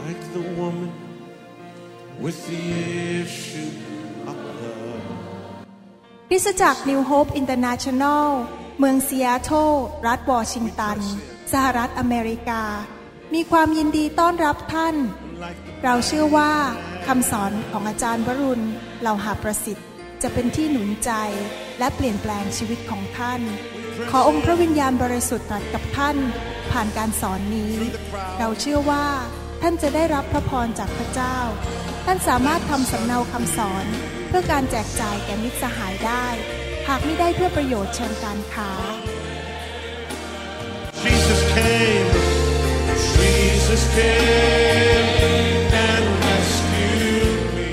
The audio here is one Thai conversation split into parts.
like the woman with the issue of blood คริสตจักร New Hope International เมืองซีแอตเทิลรัฐวอชิงตันสหรัฐอเมริกามีความยินดีต้อนรับท่านเราเชื่อว่าคำสอนของอาจารย์วรุณ เหล่าหาประสิทธิ์จะเป็นที่หนุนใจและเปลี่ยนแปลงชีวิตของท่านขอองค์พระวิญญาณบริสุทธิ์ตรัสกับท่านผ่านการสอนนี้เราเชื่อว่าท่านจะได้รับพระพรจากพระเจ้าท่านสามารถทำสำเนาคำสอนเพื่อการแจกจ่ายแก่มิตรสหายได้หากไม่ได้เพื่อประโยชน์เชิงการค้า Jesus came and rescued me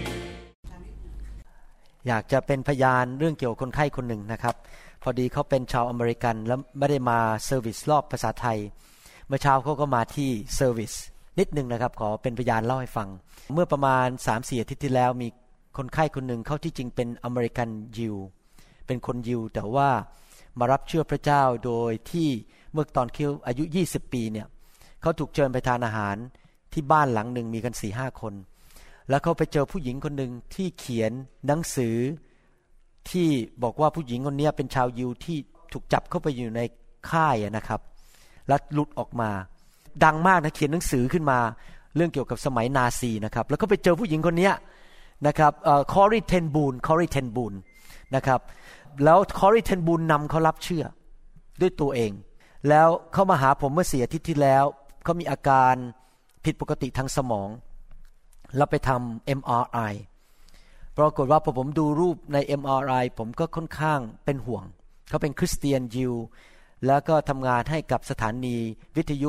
อยากจะเป็นพยานเรื่องเกี่ยวกับคนไข้คนหนึ่งนะครับพอดีเขาเป็นชาวอเมริกันแล้วไม่ได้มาเซอร์วิสรอบภาษาไทยเมื่อเช้าเขาก็มาที่เซอร์วิสนิดนึงนะครับขอเป็นพยานเล่าให้ฟังเมื่อประมาณ 3-4 อาทิตย์ที่แล้วมีคนไข้คนหนึ่งเขาที่จริงเป็นอเมริกันยิวเป็นคนยิวแต่ว่ามารับเชื่อพระเจ้าโดยที่เมื่อตอนเขาอายุ20ปีเนี่ยเขาถูกเชิญไปทานอาหารที่บ้านหลังหนึ่งมีกัน 4-5 คนแล้วเขาไปเจอผู้หญิงคนหนึ่งที่เขียนหนังสือที่บอกว่าผู้หญิงคนนี้เป็นชาวยิวที่ถูกจับเข้าไปอยู่ในค่ายนะครับแล้วหลุดออกมาดังมากนะเขียนหนังสือขึ้นมาเรื่องเกี่ยวกับสมัยนาซีนะครับแล้วก็ไปเจอผู้หญิงคนนี้นะครับคอรีเทนบูนนะครับแล้วคอรีเทนบูนนำเขารับเชื่อด้วยตัวเองแล้วเขามาหาผมเมื่อ4 อาทิตย์ที่แล้วเขามีอาการผิดปกติทางสมองแล้วไปทำ MRI ปรากฏว่าพอผมดูรูปใน MRI ผมก็ค่อนข้างเป็นห่วงเขาเป็นคริสเตียนยิวแล้วก็ทำงานให้กับสถานีวิทยุ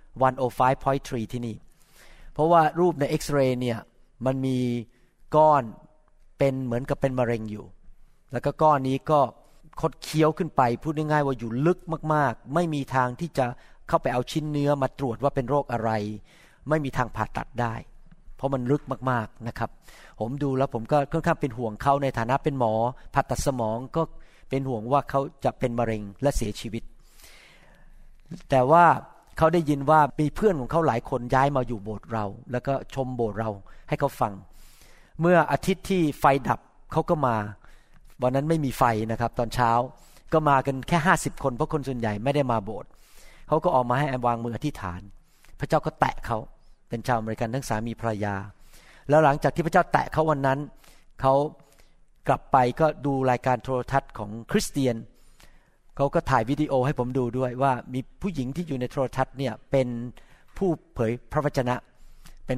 105.3 ที่นี่เพราะว่ารูปในเอ็กซเรย์เนี่ยมันมีก้อนเป็นเหมือนกับเป็นมะเร็งอยู่แล้วก็ก้อนนี้ก็คดเคี้ยวขึ้นไปพูดง่ายๆว่าอยู่ลึกมากๆไม่มีทางที่จะเข้าไปเอาชิ้นเนื้อมาตรวจว่าเป็นโรคอะไรไม่มีทางผ่าตัดได้เพราะมันลึกมากๆนะครับผมดูแล้วผมก็ค่อนข้างเป็นห่วงเขาในฐานะเป็นหมอผ่าตัดสมองก็เป็นห่วงว่าเขาจะเป็นมะเร็งและเสียชีวิตแต่ว่าเขาได้ยินว่ามีเพื่อนของเขาหลายคนย้ายมาอยู่โบสถ์เราแล้วก็ชมโบสถ์เราให้เขาฟังเมื่ออาทิตย์ที่ไฟดับเขาก็มาวันนั้นไม่มีไฟนะครับตอนเช้าก็มากันแค่50 คนเพราะคนส่วนใหญ่ไม่ได้มาโบสถ์เขาก็ออกมาให้วางมืออธิษฐานพระเจ้าก็แตะเขาเป็นชาวอเมริกันทั้งสามีภรรยาแล้วหลังจากที่พระเจ้าแตะเขาวันนั้นเขากลับไปก็ดูรายการโทรทัศน์ของคริสเตียนเขาก็ถ่ายวิดีโอให้ผมดูด้วยว่ามีผู้หญิงที่อยู่ในโทรทัศน์เนี่ยเป็นผู้เผยพระวจนะเป็น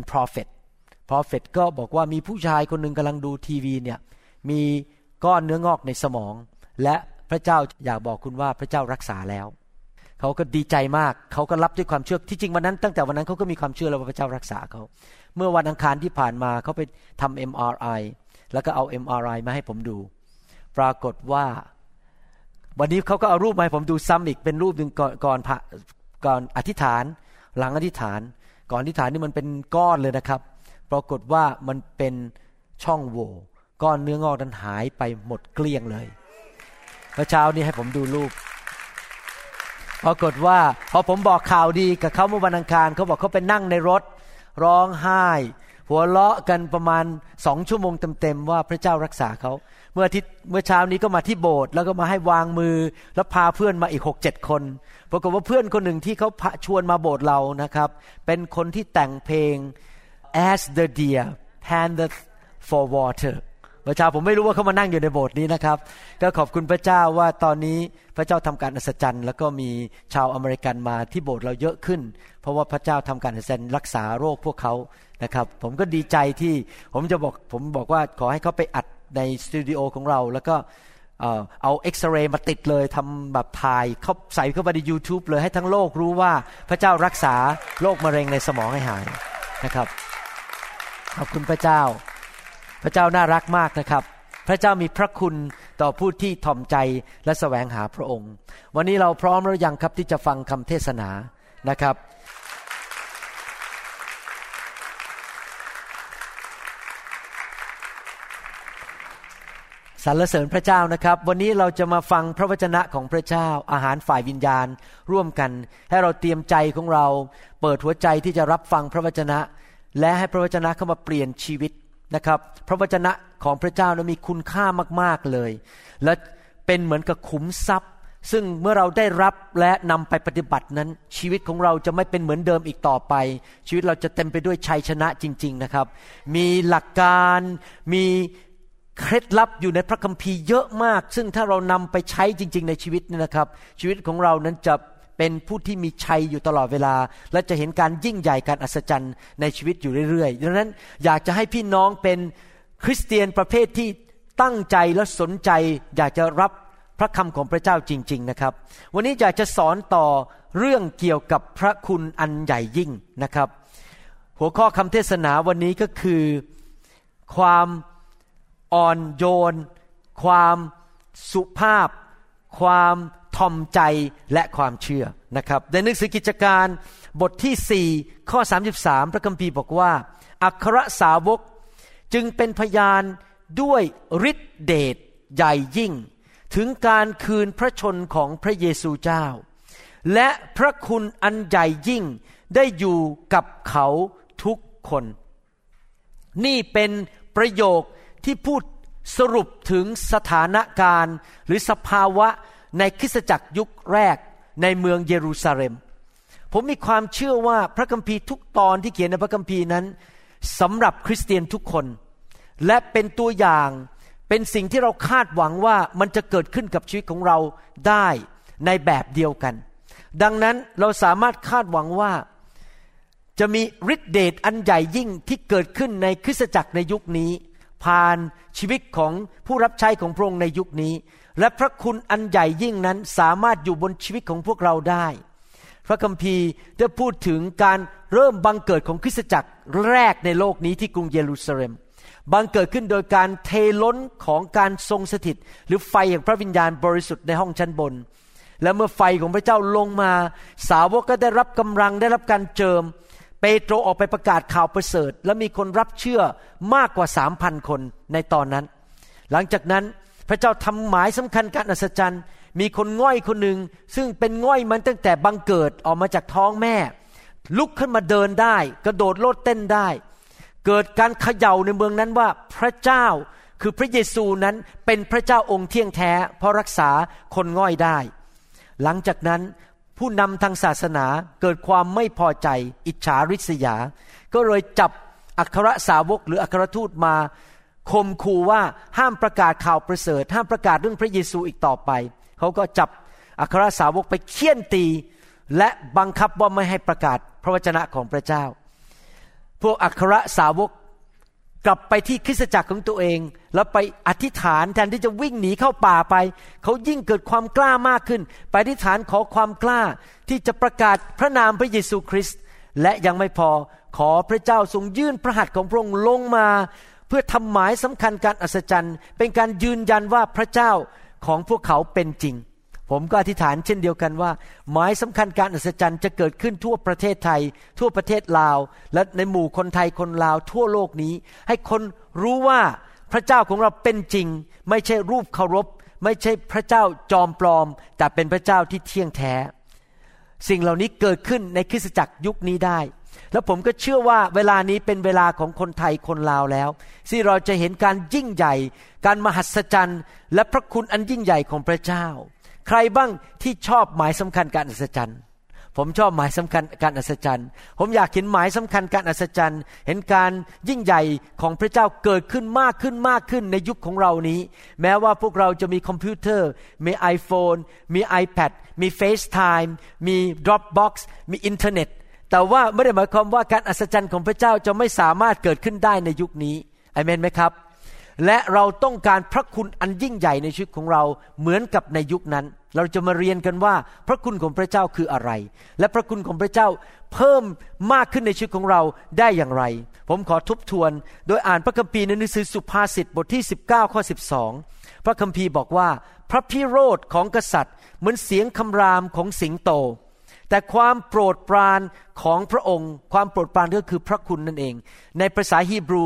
prophet ก็บอกว่ามีผู้ชายคนหนึ่งกำลังดูทีวีเนี่ยมีก้อนเนื้องอกในสมองและพระเจ้าอยากบอกคุณว่าพระเจ้ารักษาแล้วเขาก็ดีใจมากเขาก็รับด้วยความเชื่อที่จริงวันนั้นตั้งแต่วันนั้นเขาก็มีความเชื่อแล้วว่าพระเจ้ารักษาเขาเมื่อวันอังคารที่ผ่านมาเขาไปทำ MRI แล้วก็เอา MRI มาให้ผมดูปรากฏว่าวันนี้เขาก็เอารูปมาให้ผมดูซ้ำอีกเป็นรูปนึงก่อนอธิษฐานหลังอธิษฐานก่อนอธิษฐานนี่มันเป็นก้อนเลยนะครับปรากฏว่ามันเป็นช่องโหว่ก้อนเนื้องอกนั้นหายไปหมดเกลี้ยงเลยเมื่อเช้านี้ให้ผมดูรูปปรากฏว่าพอผมบอกข่าวดีกับเขาเมื่อวันอังคารเขาบอกเขาไปนั่งในรถร้องไห้หัวเราะกันประมาณ2 ชั่วโมงเต็มๆว่าพระเจ้ารักษาเขาเมื่อเช้านี้ก็มาที่โบสถ์แล้วก็มาให้วางมือแล้วพาเพื่อนมาอีก 6-7 คนปรากฏว่าเพื่อนคนหนึ่งที่เขาชวนมาโบสถ์เรานะครับเป็นคนที่แต่งเพลง As the deer panteth for water เมื่อเช้าผมไม่รู้ว่าเขามานั่งอยู่ในโบสถ์นี้นะครับก็ขอบคุณพระเจ้าว่าตอนนี้พระเจ้าทำการอัศจรรย์แล้วก็มีชาวอเมริกันมาที่โบสถ์เราเยอะขึ้นเพราะว่าพระเจ้าทำการอัศจรรย์รักษาโรคพวกเขานะครับผมก็ดีใจที่ผมบอกว่าขอให้เขาไปอัดในสตูดิโอของเราแล้วก็เอาเอ็กซเรย์มาติดเลยทำแบบถ่ายเขาใส่เข้าไปใน YouTube เลยให้ทั้งโลกรู้ว่าพระเจ้ารักษาโรคมะเร็งในสมองให้หายนะครับขอบคุณพระเจ้าพระเจ้าน่ารักมากนะครับพระเจ้ามีพระคุณต่อผู้ที่ถ่อมใจและแสวงหาพระองค์วันนี้เราพร้อมหรือยังครับที่จะฟังคำเทศนานะครับรรเสริญพระเจ้านะครับวันนี้เราจะมาฟังพระวจนะของพระเจ้าอาหารฝ่ายวิญญาณร่วมกันให้เราเตรียมใจของเราเปิดหัวใจที่จะรับฟังพระวจนะและให้พระวจนะเข้ามาเปลี่ยนชีวิตนะครับพระวจนะของพระเจ้านั้นมีคุณค่ามากๆเลยและเป็นเหมือนกับขุมทรัพย์ซึ่งเมื่อเราได้รับและนำไปปฏิบัตินั้นชีวิตของเราจะไม่เป็นเหมือนเดิมอีกต่อไปชีวิตเราจะเต็มไปด้วยชัยชนะจริงๆนะครับมีหลักการมีเคล็ดลับอยู่ในพระคัมภีร์เยอะมากซึ่งถ้าเรานำไปใช้จริงๆในชีวิตนี่นะครับชีวิตของเรานั้นจะเป็นผู้ที่มีชัยอยู่ตลอดเวลาและจะเห็นการยิ่งใหญ่การอัศจรรย์ในชีวิตอยู่เรื่อยๆดังนั้นอยากจะให้พี่น้องเป็นคริสเตียนประเภทที่ตั้งใจและสนใจอยากจะรับพระคำของพระเจ้าจริงๆนะครับวันนี้อยากจะสอนต่อเรื่องเกี่ยวกับพระคุณอันใหญ่ยิ่งนะครับหัวข้อคำเทศนาวันนี้ก็คือความอ่อนโยนความสุภาพความถ่อมใจและความเชื่อนะครับในหนังสือกิจการบทที่4ข้อ33พระคัมภีร์บอกว่าอัครสาวกจึงเป็นพยานด้วยฤทธิเดชใหญ่ยิ่งถึงการคืนพระชนของพระเยซูเจ้าและพระคุณอันใหญ่ยิ่งได้อยู่กับเขาทุกคนนี่เป็นประโยคที่พูดสรุปถึงสถานการณ์หรือสภาวะในคริสตจักรยุคแรกในเมืองเยรูซาเล็มผมมีความเชื่อว่าพระคัมภีร์ทุกตอนที่เขียนในพระคัมภีร์นั้นสำหรับคริสเตียนทุกคนและเป็นตัวอย่างเป็นสิ่งที่เราคาดหวังว่ามันจะเกิดขึ้นกับชีวิตของเราได้ในแบบเดียวกันดังนั้นเราสามารถคาดหวังว่าจะมีฤทธิเดชอันใหญ่ยิ่งที่เกิดขึ้นในคริสตจักรในยุคนี้ผ่านชีวิตของผู้รับใช้ของพระองค์ในยุคนี้และพระคุณอันใหญ่ยิ่งนั้นสามารถอยู่บนชีวิตของพวกเราได้พระคัมภีร์ได้พูดถึงการเริ่มบังเกิดของคริสตจักรแรกในโลกนี้ที่กรุงเยรูซาเล็มบังเกิดขึ้นโดยการเทล้นของการทรงสถิตหรือไฟแห่งพระวิญญาณบริสุทธิ์ในห้องชั้นบนและเมื่อไฟของพระเจ้าลงมาสาวกก็ได้รับกำลังได้รับการเจิมเปโตรออกไปประกาศข่าวประเสริฐและมีคนรับเชื่อมากกว่า 3,000 คนในตอนนั้นหลังจากนั้นพระเจ้าทำหมายสำคัญการอัศจรรย์มีคนง่อยคนหนึ่งซึ่งเป็นง่อยมันตั้งแต่บังเกิดออกมาจากท้องแม่ลุกขึ้นมาเดินได้กระโดดโลดเต้นได้เกิดการเขย่าในเมืองนั้นว่าพระเจ้าคือพระเยซูนั้นเป็นพระเจ้าองค์เที่ยงแท้เพราะรักษาคนง่อยได้หลังจากนั้นผู้นำทางศาสนาเกิดความไม่พอใจอิจฉาริษยาก็เลยจับอัครสาวกหรืออัครทูตมาข่มขู่ว่าห้ามประกาศข่าวประเสริฐห้ามประกาศเรื่องพระเยซูอีกต่อไปเขาก็จับอัครสาวกไปเฆี่ยนตีและบังคับว่าไม่ให้ประกาศพระวจนะของพระเจ้าพวกอัครสาวกกลับไปที่คริสตจักรของตัวเองแล้วไปอธิษฐานแทนที่จะวิ่งหนีเข้าป่าไปเขายิ่งเกิดความกล้ามากขึ้นไปอธิษฐานขอความกล้าที่จะประกาศพระนามพระเยซูคริสต์และยังไม่พอขอพระเจ้าทรงยื่นพระหัตถ์ของพระองค์ลงมาเพื่อทำหมายสำคัญการอัศจรรย์เป็นการยืนยันว่าพระเจ้าของพวกเขาเป็นจริงผมก็อธิษฐานเช่นเดียวกันว่าหมายสำคัญการอัศจรรย์จะเกิดขึ้นทั่วประเทศไทยทั่วประเทศลาวและในหมู่คนไทยคนลาวทั่วโลกนี้ให้คนรู้ว่าพระเจ้าของเราเป็นจริงไม่ใช่รูปเคารพไม่ใช่พระเจ้าจอมปลอมแต่เป็นพระเจ้าที่เที่ยงแท้สิ่งเหล่านี้เกิดขึ้นในคริสตจักรยุคนี้ได้แล้วผมก็เชื่อว่าเวลานี้เป็นเวลาของคนไทยคนลาวแล้วที่เราจะเห็นการยิ่งใหญ่การมหัศจรรย์และพระคุณอันยิ่งใหญ่ของพระเจ้าใครบ้างที่ชอบหมายสำคัญการอัศจรรย์ผมชอบหมายสำคัญการอัศจรรย์ผมอยากเห็นหมายสำคัญการอัศจรรย์เห็นการยิ่งใหญ่ของพระเจ้าเกิดขึ้นมากขึ้นในยุคของเรานี้แม้ว่าพวกเราจะมีคอมพิวเตอร์มี iPhone มี iPad มี FaceTime มี Dropbox มีอินเทอร์เน็ตแต่ว่าไม่ได้หมายความว่าการอัศจรรย์ของพระเจ้าจะไม่สามารถเกิดขึ้นได้ในยุคนี้อาเมนไหมครับและเราต้องการพระคุณอันยิ่งใหญ่ในชีวิตของเราเหมือนกับในยุคนั้นเราจะมาเรียนกันว่าพระคุณของพระเจ้าคืออะไรและพระคุณของพระเจ้าเพิ่มมากขึ้นในชีวิตของเราได้อย่างไรผมขอทบทวนโดยอ่านพระคัมภีร์ในหนังสือสุภาษิตบทที่19ข้อ12พระคัมภีร์บอกว่าพระพิโรธของกษัตริย์เหมือนเสียงคำรามของสิงโตแต่ความโปรดปรานของพระองค์ความโปรดปรานก็คือพระคุณนั่นเองในภาษาฮีบรู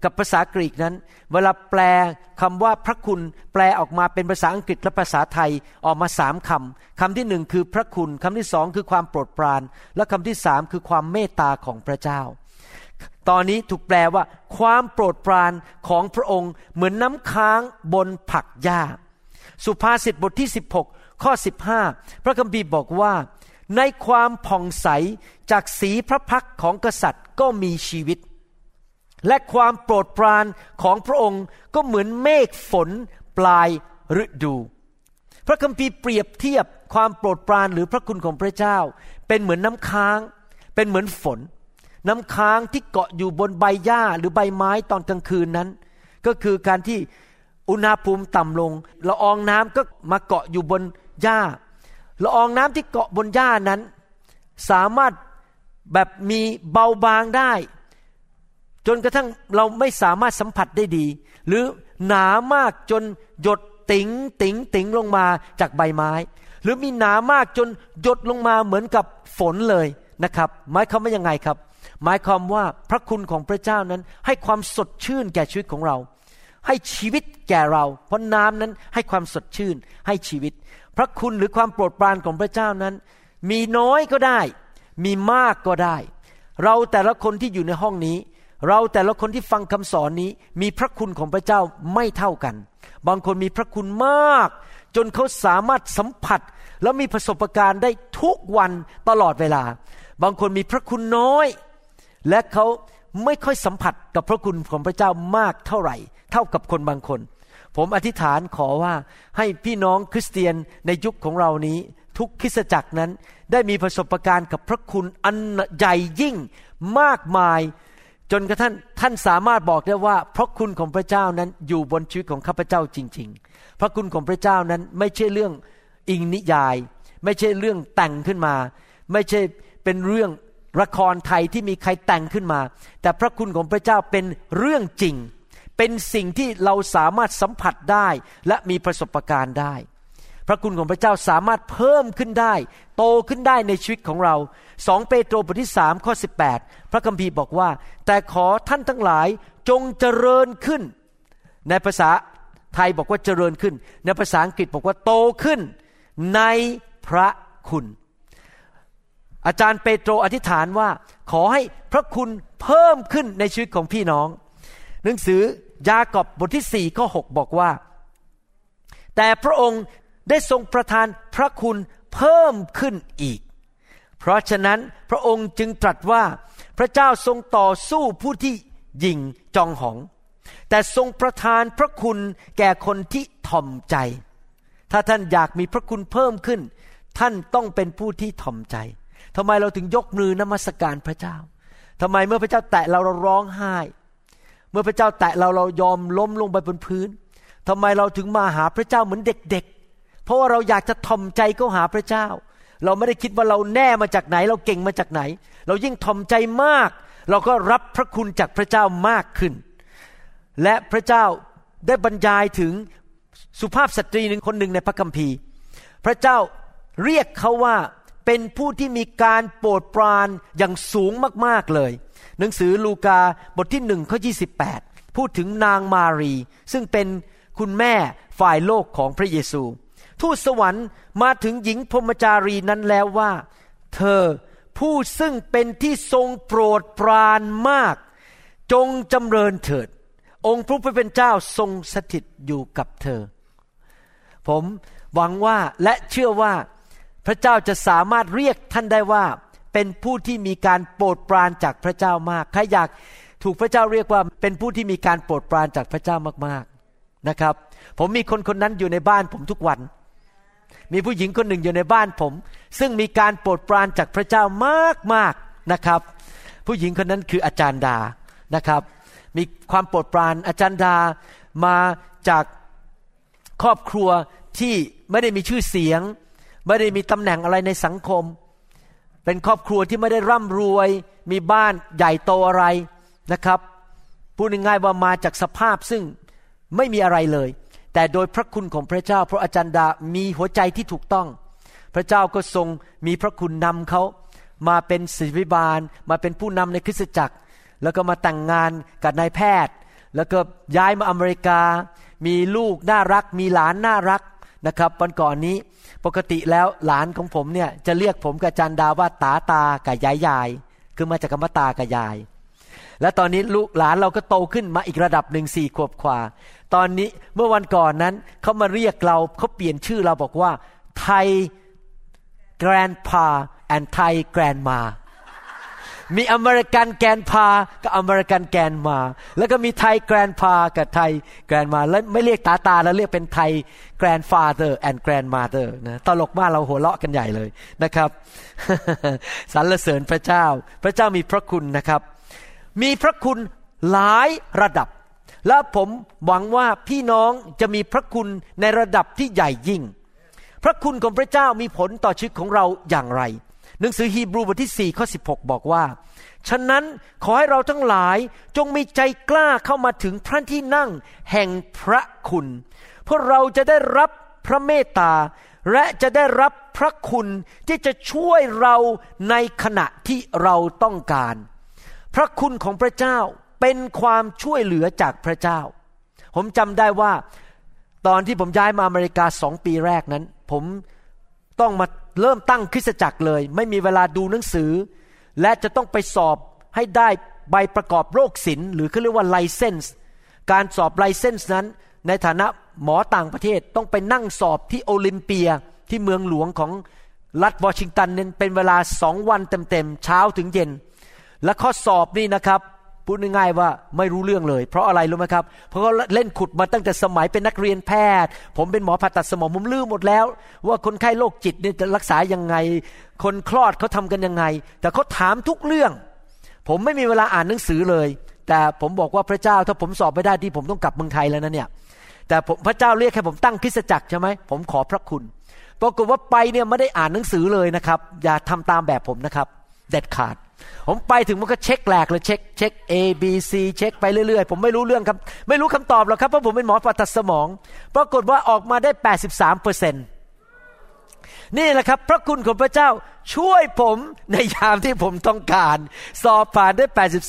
กับภาษากรีกนั้นเวลาแปลคำว่าพระคุณแปลออกมาเป็นภาษาอังกฤษและภาษาไทยออกมา3 คำที่1คือพระคุณคำที่2คือความโปรดปรานและคำที่3คือความเมตตาของพระเจ้าตอนนี้ถูกแปลว่าความโปรดปรานของพระองค์เหมือนน้ำค้างบนผักหญ้าสุภาษิตบทที่16ข้อ15พระคัมภีร์บอกว่าในความผ่องใสจากสีพระพักตร์ของกษัตริย์ก็มีชีวิตและความโปรดปรานของพระองค์ก็เหมือนเมฆฝนปลายฤดูพระคัมภีร์เปรียบเทียบความโปรดปรานหรือพระคุณของพระเจ้าเป็นเหมือนน้ำค้างเป็นเหมือนฝนน้ำค้างที่เกาะอยู่บนใบหญ้าหรือใบไม้ตอนกลางคืนนั้นก็คือการที่อุณหภูมิต่ำลงละอองน้ำก็มาเกาะอยู่บนหญ้าละอองน้ำที่เกาะบนหญ้านั้นสามารถแบบมีเบาบางได้จนกระทั่งเราไม่สามารถสัมผัสได้ดีหรือหนามากจนหยดติ๋งลงมาจากใบไม้หรือมีหนามากจนหยดลงมาเหมือนกับฝนเลยนะครับหมายความว่ายังไงครับหมายความว่าพระคุณของพระเจ้านั้นให้ความสดชื่นแก่ชีวิตของเราให้ชีวิตแก่เราเพราะน้ำนั้นให้ความสดชื่นให้ชีวิตพระคุณหรือความโปรดปรานของพระเจ้านั้นมีน้อยก็ได้มีมากก็ได้เราแต่ละคนที่อยู่ในห้องนี้เราแต่ละคนที่ฟังคำสอนนี้มีพระคุณของพระเจ้าไม่เท่ากันบางคนมีพระคุณมากจนเขาสามารถสัมผัสและมีประสบการณ์ได้ทุกวันตลอดเวลาบางคนมีพระคุณน้อยและเขาไม่ค่อยสัมผัสกับพระคุณของพระเจ้ามากเท่าไหร่เท่ากับคนบางคนผมอธิษฐานขอว่าให้พี่น้องคริสเตียนในยุคของเรานี้ทุกคริสตจักรนั้นได้มีประสบการณ์กับพระคุณอันใหญ่ยิ่งมากมายจนกระทั่งท่านสามารถบอกได้ว่าพระคุณของพระเจ้านั้นอยู่บนชีวิตของข้าพเจ้าจริงๆพระคุณของพระเจ้านั้นไม่ใช่เรื่องอิงนิยายไม่ใช่เรื่องแต่งขึ้นมาไม่ใช่เป็นเรื่องละครไทยที่มีใครแต่งขึ้นมาแต่พระคุณของพระเจ้าเป็นเรื่องจริงเป็นสิ่งที่เราสามารถสัมผัสได้และมีประสบการณ์ได้พระคุณของพระเจ้าสามารถเพิ่มขึ้นได้โตขึ้นได้ในชีวิตของเรา2เปโตรบทที่3ข้อ18พระคัมภีร์บอกว่าแต่ขอท่านทั้งหลายจงเจริญขึ้นในภาษาไทยบอกว่าเจริญขึ้นในภาษาอังกฤษบอกว่าโตขึ้นในพระคุณอาจารย์เปโตรอธิษฐานว่าขอให้พระคุณเพิ่มขึ้นในชีวิตของพี่น้องหนังสือยากอบบทที่4ข้อ6บอกว่าแต่พระองค์ได้ทรงประทานพระคุณเพิ่มขึ้นอีกเพราะฉะนั้นพระองค์จึงตรัสว่าพระเจ้าทรงต่อสู้ผู้ที่หยิ่งจองหองแต่ทรงประทานพระคุณแก่คนที่ถ่อมใจถ้าท่านอยากมีพระคุณเพิ่มขึ้นท่านต้องเป็นผู้ที่ถ่อมใจทำไมเราถึงยกมือนมัสการพระเจ้าทำไมเมื่อพระเจ้าแตะเราร้องไห้เมื่อพระเจ้าแตะเรายอมล้มลงไปบนพื้นทำไมเราถึงมาหาพระเจ้าเหมือนเด็กๆเพราะว่าเราอยากจะถ่อมใจเข้าหาพระเจ้าเราไม่ได้คิดว่าเราแน่มาจากไหนเราเก่งมาจากไหนเรายิ่งถ่อมใจมากเราก็รับพระคุณจากพระเจ้ามากขึ้นและพระเจ้าได้บรรยายถึงสุภาพสตรีคนหนึ่งในพระคัมภีร์พระเจ้าเรียกเขาว่าเป็นผู้ที่มีการโปรดปรานอย่างสูงมากๆเลยหนังสือลูกาบทที่1ข้อ28พูดถึงนางมารีซึ่งเป็นคุณแม่ฝ่ายโลกของพระเยซูทูตสวรรค์มาถึงหญิงพรหมจารีนั้นแล้วว่าเธอผู้ซึ่งเป็นที่ทรงโปรดปรานมากจงจำเริญเถิดองค์พระผู้เป็นเจ้าทรงสถิตอยู่กับเธอผมหวังว่าและเชื่อว่าพระเจ้าจะสามารถเรียกท่านได้ว่าเป็นผู้ที่มีการโปรดปรานจากพระเจ้ามากใครอยากถูกพระเจ้าเรียกว่าเป็นผู้ที่มีการโปรดปรานจากพระเจ้ามากๆนะครับผมมีคนนั้นอยู่ในบ้านผมทุกวันมีผู้หญิงคนหนึ่งอยู่ในบ้านผมซึ่งมีการโปรดปรานจากพระเจ้ามากๆนะครับผู้หญิงคนนั้นคืออาจารย์ดานะครับมีความโปรดปรานอาจารย์ดามาจากครอบครัวที่ไม่ได้มีชื่อเสียงไม่ได้มีตำแหน่งอะไรในสังคมเป็นครอบครัวที่ไม่ได้ร่ำรวยมีบ้านใหญ่โตอะไรนะครับพูดง่ายๆว่ามาจากสภาพซึ่งไม่มีอะไรเลยแต่โดยพระคุณของพระเจ้าเพราะอาจารย์ดามีหัวใจที่ถูกต้องพระเจ้าก็ทรงมีพระคุณนำเขามาเป็นศิษยาภิบาลมาเป็นผู้นำในคริสตจักรแล้วก็มาแต่งงานกับนายแพทย์แล้วก็ย้ายมาอเมริกามีลูกน่ารักมีหลานน่ารักนะครับวันก่อนนี้ปกติแล้วหลานของผมเนี่ยจะเรียกผมกับจันดาว่าตากับยายคือมาจากคำว่าตากับยายและตอนนี้ลูกหลานเราก็โตขึ้นมาอีกระดับหนึ่ง4 ขวบกว่าตอนนี้เมื่อวันก่อนนั้นเขามาเรียกเราเขาเปลี่ยนชื่อเราบอกว่าไทย grandpa and Thai grandma มีอเมริกันแกนพากับอเมริกันแกนมาแล้วก็มีไทยแกรนพากับไทยแกรนมาแล้วไม่เรียกตาแล้วเรียกเป็นไทยแกรนฟาเธอร์แอนด์แกรนมาเธอร์นะตลกมากเราหัวเราะกันใหญ่เลยนะครับ สรรเสริญพระเจ้าพระเจ้ามีพระคุณนะครับมีพระคุณหลายระดับและผมหวังว่าพี่น้องจะมีพระคุณในระดับที่ใหญ่ยิ่งพระคุณของพระเจ้ามีผลต่อชีวิตของเราอย่างไรหนังสือฮีบรูบทที่4ข้อ16บอกว่าฉะนั้นขอให้เราทั้งหลายจงมีใจกล้าเข้ามาถึงพระที่นั่งแห่งพระคุณเพื่อเราจะได้รับพระเมตตาและจะได้รับพระคุณที่จะช่วยเราในขณะที่เราต้องการพระคุณของพระเจ้าเป็นความช่วยเหลือจากพระเจ้าผมจำได้ว่าตอนที่ผมย้ายมาอเมริกา2 ปีแรกนั้นผมต้องมาเริ่มตั้งคริสตจักรเลยไม่มีเวลาดูหนังสือและจะต้องไปสอบให้ได้ใบประกอบโรคศิลป์หรือเขาเรียกว่าไลเซนส์การสอบไลเซนส์นั้นในฐานะหมอต่างประเทศต้องไปนั่งสอบที่โอลิมเปียที่เมืองหลวงของรัฐวอชิงตันนั้นเป็นเวลา2 วันเต็มๆเช้าถึงเย็นและข้อสอบนี่นะครับพูดง่ายๆว่าไม่รู้เรื่องเลยเพราะอะไรรู้ไหมครับเพราะเขาเล่นขุดมาตั้งแต่สมัยเป็นนักเรียนแพทย์ผมเป็นหมอผ่าตัดสมองผมลืมหมดแล้วว่าคนไข้โรคจิตเนี่ยจะรักษายังไงคนคลอดเขาทำกันยังไงแต่เขาถามทุกเรื่องผมไม่มีเวลาอ่านหนังสือเลยแต่ผมบอกว่าพระเจ้าถ้าผมสอบไม่ได้ที่ผมต้องกลับเมืองไทยแล้วนะเนี่ยแต่พระเจ้าเรียกให้ผมตั้งคริสตจักรใช่ไหมผมขอพระคุณปรากฏว่าไปเนี่ยไม่ได้อ่านหนังสือเลยนะครับอย่าทำตามแบบผมนะครับเด็ดขาดผมไปถึงมันก็เช็คแหลกเลยเช็ค A B C เช็คไปเรื่อยๆผมไม่รู้เรื่องครับไม่รู้คำตอบหรอกครับเพราะผมเป็นหมอผ่าตัดสมองปรากฏว่าออกมาได้ 83% นี่แหละครับพระคุณของพระเจ้าช่วยผมในยามที่ผมต้องการสอบผ่านได้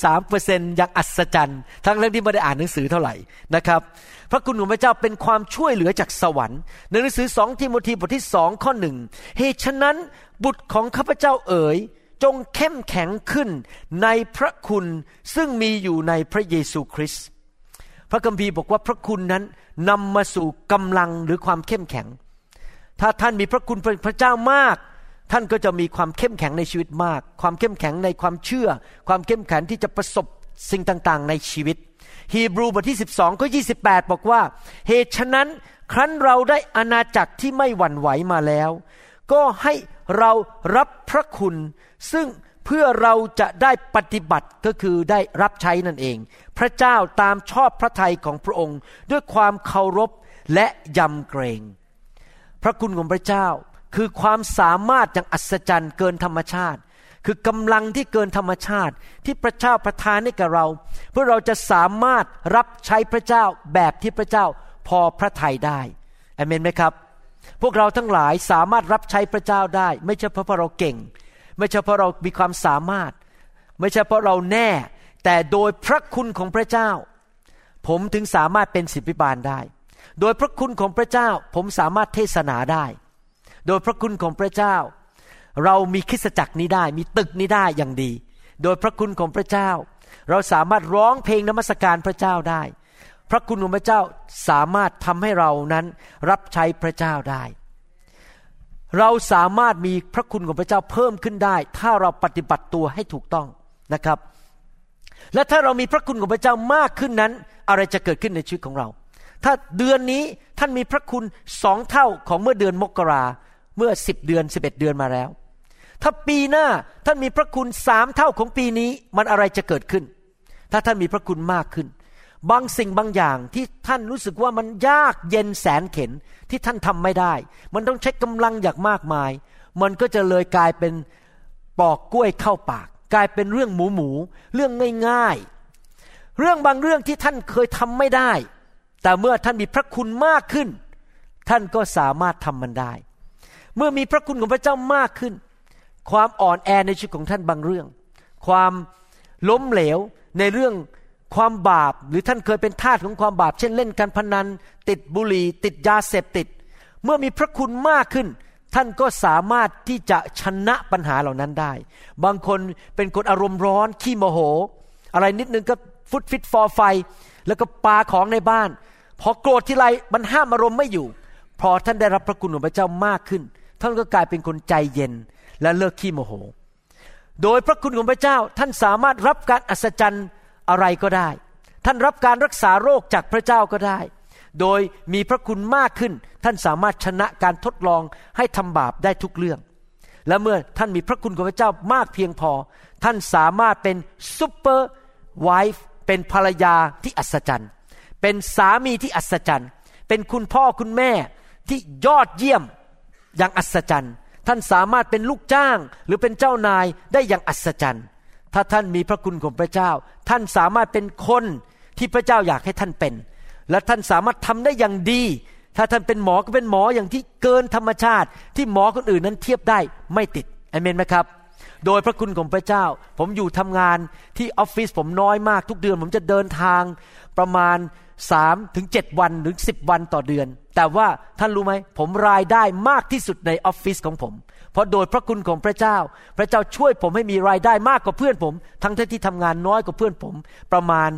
83% อย่างอัศจรรย์ทั้งที่ไม่ได้อ่านหนังสือเท่าไหร่นะครับพระคุณของพระเจ้าเป็นความช่วยเหลือจากสวรรค์ในหนังสือ2ทิโมธีบทที่2ข้อ1เหตุฉะนั้นบุตรของข้าพเจ้าเอ๋ยจงเข้มแข็งขึ้นในพระคุณซึ่งมีอยู่ในพระเยซูคริสต์พระคัมภีร์บอกว่าพระคุณนั้นนำมาสู่กำลังหรือความเข้มแข็งถ้าท่านมีพระคุณพระเจ้ามากท่านก็จะมีความเข้มแข็งในชีวิตมากความเข้มแข็งในความเชื่อความเข้มแข็งที่จะประสบสิ่งต่างๆในชีวิตฮีบรูบทที่12ข้อ28บอกว่าเหตุฉะนั้นครั้นเราได้อาณาจักรที่ไม่หวั่นไหวมาแล้วก็ให้เรารับพระคุณซึ่งเพื่อเราจะได้ปฏิบัติก็คือได้รับใช้นั่นเองพระเจ้าตามชอบพระทัยของพระองค์ด้วยความเคารพและยำเกรงพระคุณของพระเจ้าคือความสามารถอย่างอัศจรรย์เกินธรรมชาติคือกำลังที่เกินธรรมชาติที่พระเจ้าประทานให้กับเราเพื่อเราจะสามารถรับใช้พระเจ้าแบบที่พระเจ้าพอพระทัยได้อาเมนไหมครับพวกเราทั้งหลายสามารถรับใช้พระเจ้าได้ไม่ใช่เพราะเราเก่งไม่ใช่เพราะเรามีความสามารถไม่ใช่เพราะเราแน่แต่โดยพระคุณของพระเจ้าผมถึงสามารถเป็นศิษย์พิบาลได้โดยพระคุณของพระเจ้าผมสามารถเทศนาได้โดยพระคุณของพระเจ้าเรามีคริสตจักรนี้ได้มีตึกนี้ได้อย่างดีโดยพระคุณของพระเจ้าเราสามารถร้องเพลงนมัสการพระเจ้าได้พระคุณของพระเจ้าสามารถทำให้เรานั้นรับใช้พระเจ้าได้เราสามารถมีพระคุณของพระเจ้าเพิ่มขึ้นได้ถ้าเราปฏิบัติตัวให้ถูกต้องนะครับและถ้าเรามีพระคุณของพระเจ้ามากขึ้นนั้นอะไรจะเกิดขึ้นในชีวิตของเราถ้าเดือนนี้ท่านมีพระคุณ2 เท่าของเมื่อเดือนมกราเมื่อ10 เดือน11 เดือนมาแล้วถ้าปีหน้าท่านมีพระคุณ3 เท่าของปีนี้มันอะไรจะเกิดขึ้นถ้าท่านมีพระคุณมากขึ้นบางสิ่งบางอย่างที่ท่านรู้สึกว่ามันยากเย็นแสนเข็ญที่ท่านทำไม่ได้มันต้องใช้กำลังอย่างมากมายมันก็จะเลยกลายเป็นปอกกล้วยเข้าปากกลายเป็นเรื่องหมูเรื่องง่ายๆเรื่องบางเรื่องที่ท่านเคยทำไม่ได้แต่เมื่อท่านมีพระคุณมากขึ้นท่านก็สามารถทำมันได้เมื่อมีพระคุณของพระเจ้ามากขึ้นความอ่อนแอในชีวิตของท่านบางเรื่องความล้มเหลวในเรื่องความบาปหรือท่านเคยเป็นทาสของความบาปเช่นเล่นการพนันติดบุหรี่ติดยาเสพติดเมื่อมีพระคุณมากขึ้นท่านก็สามารถที่จะชนะปัญหาเหล่านั้นได้บางคนเป็นคนอารมณ์ร้อนขี้โมโหอะไรนิดนึงก็ฟุตฟิตฟอร์ไฟแล้วก็ปาของในบ้านพอโกรธทีไรมันห้ามอารมณ์ไม่อยู่พอท่านได้รับพระคุณของพระเจ้ามากขึ้นท่านก็กลายเป็นคนใจเย็นและเลิกขี้โมโหโดยพระคุณของพระเจ้าท่านสามารถรับการอัศจรรย์อะไรก็ได้ท่านรับการรักษาโรคจากพระเจ้าก็ได้โดยมีพระคุณมากขึ้นท่านสามารถชนะการทดลองให้ทำบาปได้ทุกเรื่องและเมื่อท่านมีพระคุณของพระเจ้ามากเพียงพอท่านสามารถเป็นซุปเปอร์ไวฟ์เป็นภรรยาที่อัศจรรย์เป็นสามีที่อัศจรรย์เป็นคุณพ่อคุณแม่ที่ยอดเยี่ยมอย่างอัศจรรย์ท่านสามารถเป็นลูกจ้างหรือเป็นเจ้านายได้อย่างอัศจรรย์ถ้าท่านมีพระคุณของพระเจ้าท่านสามารถเป็นคนที่พระเจ้าอยากให้ท่านเป็นและท่านสามารถทำได้อย่างดีถ้าท่านเป็นหมอก็เป็นหมออย่างที่เกินธรรมชาติที่หมอคนอื่นนั้นเทียบได้ไม่ติดอาเมนไหมครับโดยพระคุณของพระเจ้าผมอยู่ทำงานที่ออฟฟิศผมน้อยมากทุกเดือนผมจะเดินทางประมาณ 3-7 วันหรือ10 วันต่อเดือนแต่ว่าท่านรู้ไหมผมรายได้มากที่สุดในออฟฟิศของผมเพราะโดยพระคุณของพระเจ้าพระเจ้าช่วยผมให้มีรายได้มากกว่าเพื่อนผมทั้งที่ทำงานน้อยกว่าเพื่อนผมประมาณ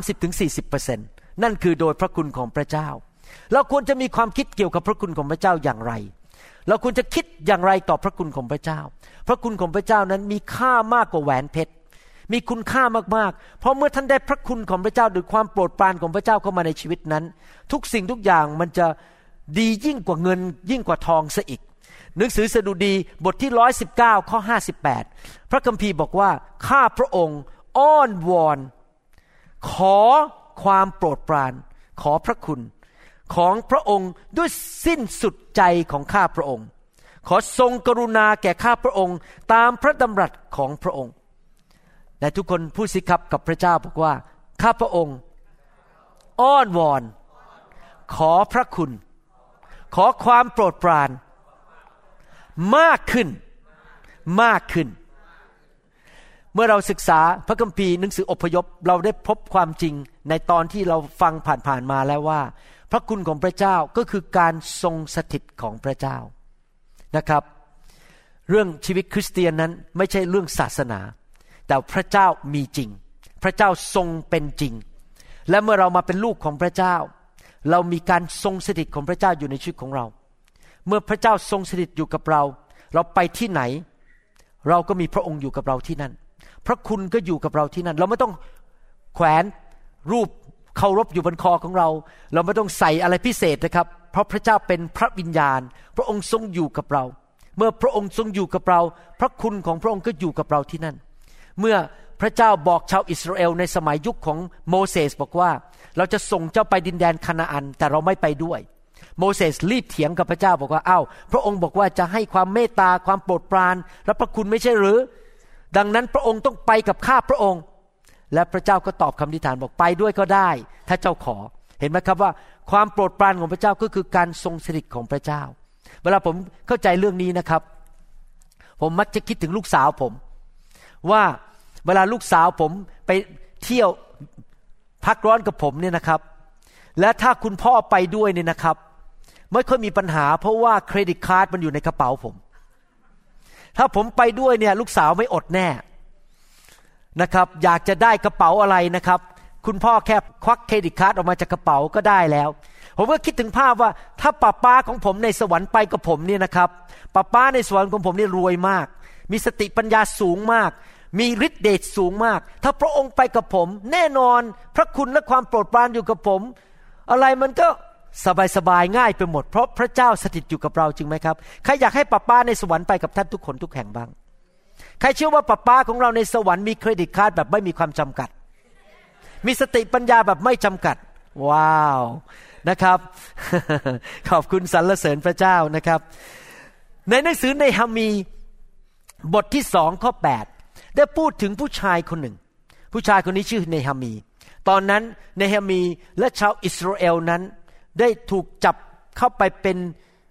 30-40% นั่นคือโดยพระคุณของพระเจ้าเราควรจะมีความคิดเกี่ยวกับพระคุณของพระเจ้าอย่างไรเราควรจะคิดอย่างไรต่อพระคุณของพระเจ้าพระคุณของพระเจ้านั้นมีค่ามากกว่าแหวนเพชรมีคุณค่ามากๆเพราะเมื่อท่านได้พระคุณของพระเจ้าหรือความโปรดปรานของพระเจ้าเข้ามาในชีวิตนั้นทุกสิ่งทุกอย่างมันจะดียิ่งกว่าเงินยิ่งกว่าทองซะอีกหนังสือสดุดีบทที่119ข้อ58พระคัมภีร์บอกว่าข้าพระองค์อ้อนวอนขอความโปรดปรานขอพระคุณของพระองค์ด้วยสิ้นสุดใจของข้าพระองค์ขอทรงกรุณาแก่ข้าพระองค์ตามพระดำรัสของพระองค์และทุกคนพูดสิครับกับพระเจ้าบอกว่าข้าพระองค์อ้อนวอนขอพระคุณขอความโปรดปรานมากขึ้นมากขึ้นเมื่อเราศึกษาพระคัมภีร์หนังสืออพยพเราได้พบความจริงในตอนที่เราฟังผ่านๆมาแล้วว่าพระคุณของพระเจ้าก็คือการทรงสถิตของพระเจ้านะครับเรื่องชีวิตคริสเตียนนั้นไม่ใช่เรื่องศาสนาแต่พระเจ้ามีจริงพระเจ้าทรงเป็นจริงและเมื่อเรามาเป็นลูกของพระเจ้าเรามีการทรงสถิตของพระเจ้าอยู่ในชีวิตของเราเมื่อพระเจ้าทรงสถิตอยู่กับเราเราไปที่ไหนเราก็มีพระองค์อยู่กับเราที่นั่นพระคุณก็อยู่กับเราที่นั่นเราไม่ต้องแขวนรูปเคารพอยู่บนคอของเราเราไม่ต้องใส่อะไรพิเศษนะครับเพราะพระเจ้าเป็นพระวิญญาณพระองค์ทรงอยู่กับเราเมื่อพระองค์ทรงอยู่กับเราพระคุณของพระองค์ก็อยู่กับเราที่นั่นเมื่อพระเจ้าบอกชาวอิสราเอลในสมัยยุคของโมเสสบอกว่าเราจะส่งเจ้าไปดินแดนคานาอันแต่เราไม่ไปด้วยโมเสสรีบเถียงกับพระเจ้าบอกว่าอ้าวพระองค์บอกว่าจะให้ความเมตตาความโปรดปรานและพระคุณไม่ใช่หรือดังนั้นพระองค์ต้องไปกับข้าพระองค์และพระเจ้าก็ตอบคำอธิษฐานบอกไปด้วยก็ได้ถ้าเจ้าขอเห็นไหมครับว่าความโปรดปรานของพระเจ้าก็คือการทรงสถิตของพระเจ้าเวลาผมเข้าใจเรื่องนี้นะครับผมมักจะคิดถึงลูกสาวผมว่าเวลาลูกสาวผมไปเที่ยวพักร้อนกับผมเนี่ยนะครับและถ้าคุณพ่อไปด้วยเนี่ยนะครับไม่ค่อยมีปัญหาเพราะว่าเครดิตการ์ดมันอยู่ในกระเป๋าผมถ้าผมไปด้วยเนี่ยลูกสาวไม่อดแน่นะครับอยากจะได้กระเป๋าอะไรนะครับคุณพ่อแค่ควักเครดิตการ์ดออกมาจากกระเป๋าก็ได้แล้วผมก็คิดถึงภาพว่าถ้าป้าของผมในสวรรค์ไปกับผมเนี่ยนะครับป้าในสวรรค์ของผมนี่รวยมากมีสติปัญญาสูงมากมีฤทธิ์เดชสูงมากถ้าพระองค์ไปกับผมแน่นอนพระคุณและความโปรดปรานอยู่กับผมอะไรมันก็สบายๆง่ายไปหมดเพราะพระเจ้าสถิตอยู่กับเราจริงไหมครับใครอยากให้ป้าในสวรรค์ไปกับท่านทุกคนทุกแห่งบ้างใครเชื่อว่าป้าของเราในสวรรค์มีเครดิตการ์ดแบบไม่มีความจำกัดมีสติปัญญาแบบไม่จำกัดว้าวนะครับ ขอบคุณสรรเสริญพระเจ้านะครับในหนังสือเนหะมีบทที่2ข้อ8ได้พูดถึงผู้ชายคนหนึ่งผู้ชายคนนี้ชื่อเนหะมีตอนนั้นเนหะมีและชาวอิสราเอลนั้นได้ถูกจับเข้าไปเป็น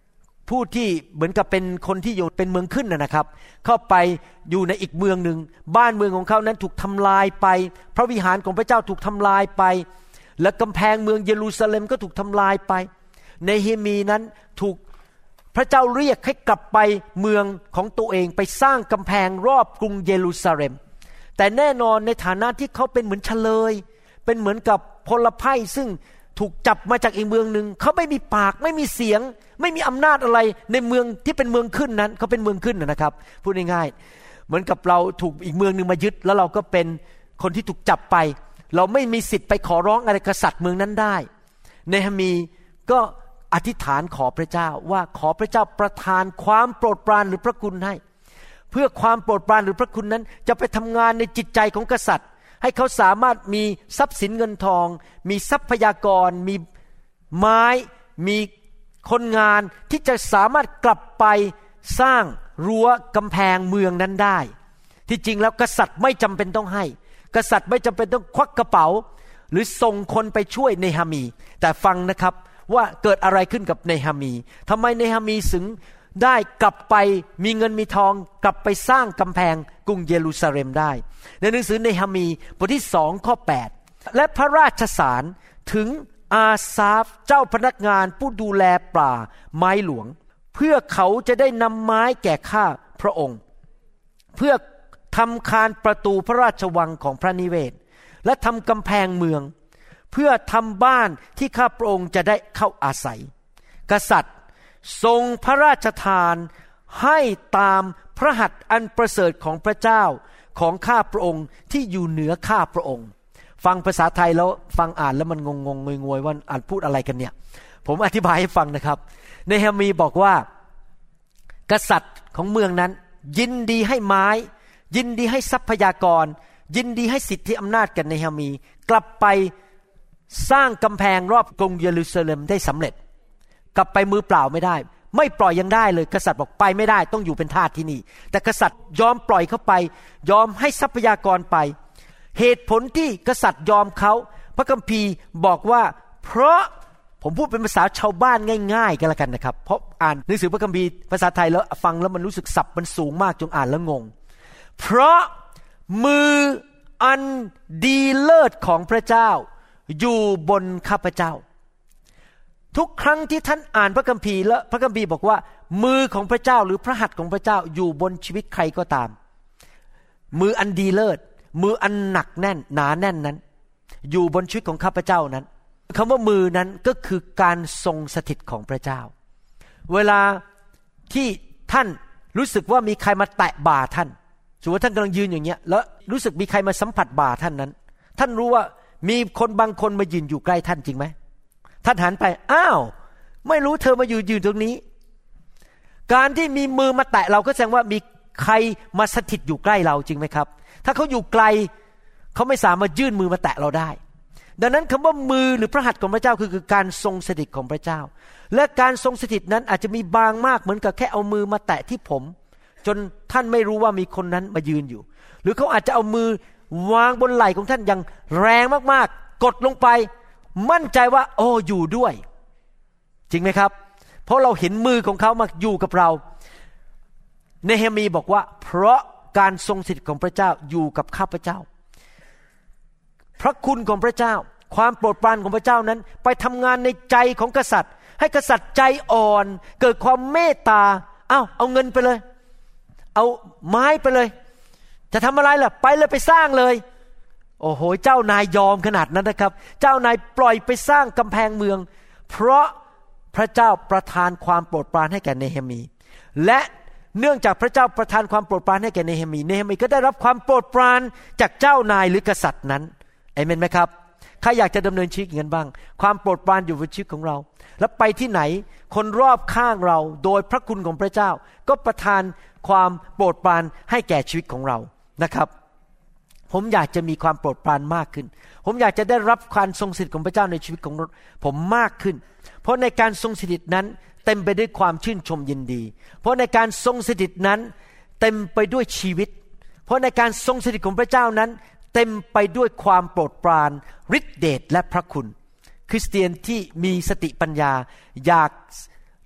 ผู้ที่เหมือนกับเป็นคนที่อยู่เป็นเมืองขึ้นนะครับเข้าไปอยู่ในอีกเมืองหนึ่งบ้านเมืองของเขานั้นถูกทำลายไปพระวิหารของพระเจ้าถูกทำลายไปและกำแพงเมืองเยรูซาเล็มก็ถูกทำลายไปเนฮีมีนั้นถูกพระเจ้าเรียกให้กลับไปเมืองของตัวเองไปสร้างกำแพงรอบกรุงเยรูซาเล็มแต่แน่นอนในฐานะที่เขาเป็นเหมือนเฉลยเป็นเหมือนกับพลไพ่ซึ่งถูกจับมาจากอีกเมืองนึงเขาไม่มีปากไม่มีเสียงไม่มีอำนาจอะไรในเมืองที่เป็นเมืองขึ้นนั้นเขาเป็นเมืองขึ้นนะครับพูดง่ายๆเหมือนกับเราถูกอีกเมืองนึงมายึดแล้วเราก็เป็นคนที่ถูกจับไปเราไม่มีสิทธิ์ไปขอร้องอะไรกษัตริย์เมืองนั้นได้เนหะมีก็อธิษฐานขอพระเจ้าว่าขอพระเจ้าประทานความโปรดปรานหรือพระคุณให้เพื่อความโปรดปรานหรือพระคุณนั้นจะไปทำงานในจิตใจของกษัตริย์ให้เขาสามารถมีทรัพย์สินเงินทองมีทรัพยากรมีไม้มีคนงานที่จะสามารถกลับไปสร้างรั้วกำแพงเมืองนั้นได้ที่จริงแล้วกษัตริย์ไม่จำเป็นต้องให้กษัตริย์ไม่จำเป็นต้องควักกระเป๋าหรือส่งคนไปช่วยเนหะมีแต่ฟังนะครับว่าเกิดอะไรขึ้นกับเนหะมีทำไมเนหะมีถึงได้กลับไปมีเงินมีทองกลับไปสร้างกำแพงกรุงเยรูซาเล็มได้ในหนังสือเนหะมีบทที่2ข้อ8และพระราชสารถึงอาซาฟเจ้าพนักงานผู้ดูแลป่าไม้หลวงเพื่อเขาจะได้นำไม้แก่ข้าพระองค์เพื่อทำคานประตูพระราชวังของพระนิเวศและทำกำแพงเมืองเพื่อทำบ้านที่ข้าพระองค์จะได้เข้าอาศัยกษัตริย์ทรงพระราชทานให้ตามพระหัตถ์อันประเสริฐของพระเจ้าของข้าพระองค์ที่อยู่เหนือข้าพระองค์ฟังภาษาไทยแล้วฟังอ่านแล้วมันงงๆงวยๆว่าอ่านพูดอะไรกันเนี่ยผมอธิบายให้ฟังนะครับเนหะมีบอกว่ากษัตริย์ของเมืองนั้นยินดีให้ไม้ยินดีให้ทรัพยากรยินดีให้สิทธิอำนาจกันเนหะมีกลับไปสร้างกำแพงรอบกรุงเยรูซาเล็มได้สำเร็จกลับไปมือเปล่าไม่ได้ไม่ปล่อยยังได้เลยกษัตริย์บอกไปไม่ได้ต้องอยู่เป็นทาสที่นี่แต่กษัตริย์ยอมปล่อยเขาไปยอมให้ทรัพยากรไปเหตุผลที่กษัตริย์ยอมเขาพระคัมภีร์บอกว่าเพราะผมพูดเป็นภาษาชาวบ้านง่ายๆกันละกันนะครับเพราะอ่านหนังสือพระคัมภีร์ภาษาไทยแล้วฟังแล้วมันรู้สึกศัพท์มันสูงมากจนอ่านแล้วงงเพราะมืออันดีเลิศของพระเจ้าอยู่บนข้าพเจ้าทุกครั้งที่ท่านอ่านพระคัมภีร์แล้วพระคัมภีร์บอกว่ามือของพระเจ้าหรือพระหัตถ์ของพระเจ้าอยู่บนชีวิตใครก็ตามมืออันดีเลิศมืออันหนักแน่นหนาแน่นนั้นอยู่บนชีวิตของข้าพเจ้านั้นคำว่ามือนั้นก็คือการทรงสถิตของพระเจ้าเวลาที่ท่านรู้สึกว่ามีใครมาแตะบ่าท่านสมมติว่าท่านกำลังยืนอย่างเงี้ยแล้วรู้สึกมีใครมาสัมผัสบ่าท่านนั้นท่านรู้ว่ามีคนบางคนมายืนอยู่ใกล้ท่านจริงไหมท่านหันไปอ้าวไม่รู้เธอมายืนตรงนี้การที่มีมือมาแตะเราก็แสดงว่ามีใครมาสถิตอยู่ใกล้เราจริงไหมครับถ้าเขาอยู่ไกลเขาไม่สามารถยื่นมือมาแตะเราได้ดังนั้นคำว่ามือหรือพระหัตถ์ของพระเจ้าคือการทรงสถิตของพระเจ้าและการทรงสถิตนั้นอาจจะมีบางมากเหมือนกับแค่เอามือมาแตะที่ผมจนท่านไม่รู้ว่ามีคนนั้นมายืนอยู่หรือเขาอาจจะเอามือวางบนไหล่ของท่านอย่างแรงมากๆกดลงไปมั่นใจว่าโอ้อยู่ด้วยจริงไหมครับเพราะเราเห็นมือของเขามาอยู่กับเราเนหะมีบอกว่าเพราะการทรงสถิตของพระเจ้าอยู่กับข้าพเจ้าพระคุณของพระเจ้าความโปรดปรานของพระเจ้านั้นไปทำงานในใจของกษัตริย์ให้กษัตริย์ใจอ่อนเกิดความเมตตาเอาเงินไปเลยเอาไม้ไปเลยจะทำอะไรล่ะไปเลยไปสร้างเลยโอ้โหเจ้านายยอมขนาดนั้นนะครับเจ้านายปล่อยไปสร้างกำแพงเมืองเพราะพระเจ้าประทานความโปรดปรานให้แก่เนหะมีและเนื่องจากพระเจ้าประทานความโปรดปรานให้แก่เนหะมีก็ได้รับความโปรดปรานจากเจ้านายหรือกษัตริย์นั้นเอเมนไหมครับใครอยากจะดำเนินชีวิตอย่างนั้นบ้างความโปรดปรานอยู่บนชีวิตของเราแล้วไปที่ไหนคนรอบข้างเราโดยพระคุณของพระเจ้าก็ประทานความโปรดปรานให้แก่ชีวิตของเรานะครับผมอยากจะมีความโปรดปรานมากขึ้นผมอยากจะได้รับการทรงสถิตของพระเจ้าในชีวิตของผมมากขึ้นเพราะในการทรงสถิตนั้นเต็มไปด้วยความชื่นชมยินดีเพราะในการทรงสถิตนั้นเต็มไปด้วยชีวิตเพราะในการทรงสถิตของพระเจ้านั้นเต็มไปด้วยความโปรดปรานฤทธิเดชและพระคุณคริสเตียนที่มีสติปัญญาอยาก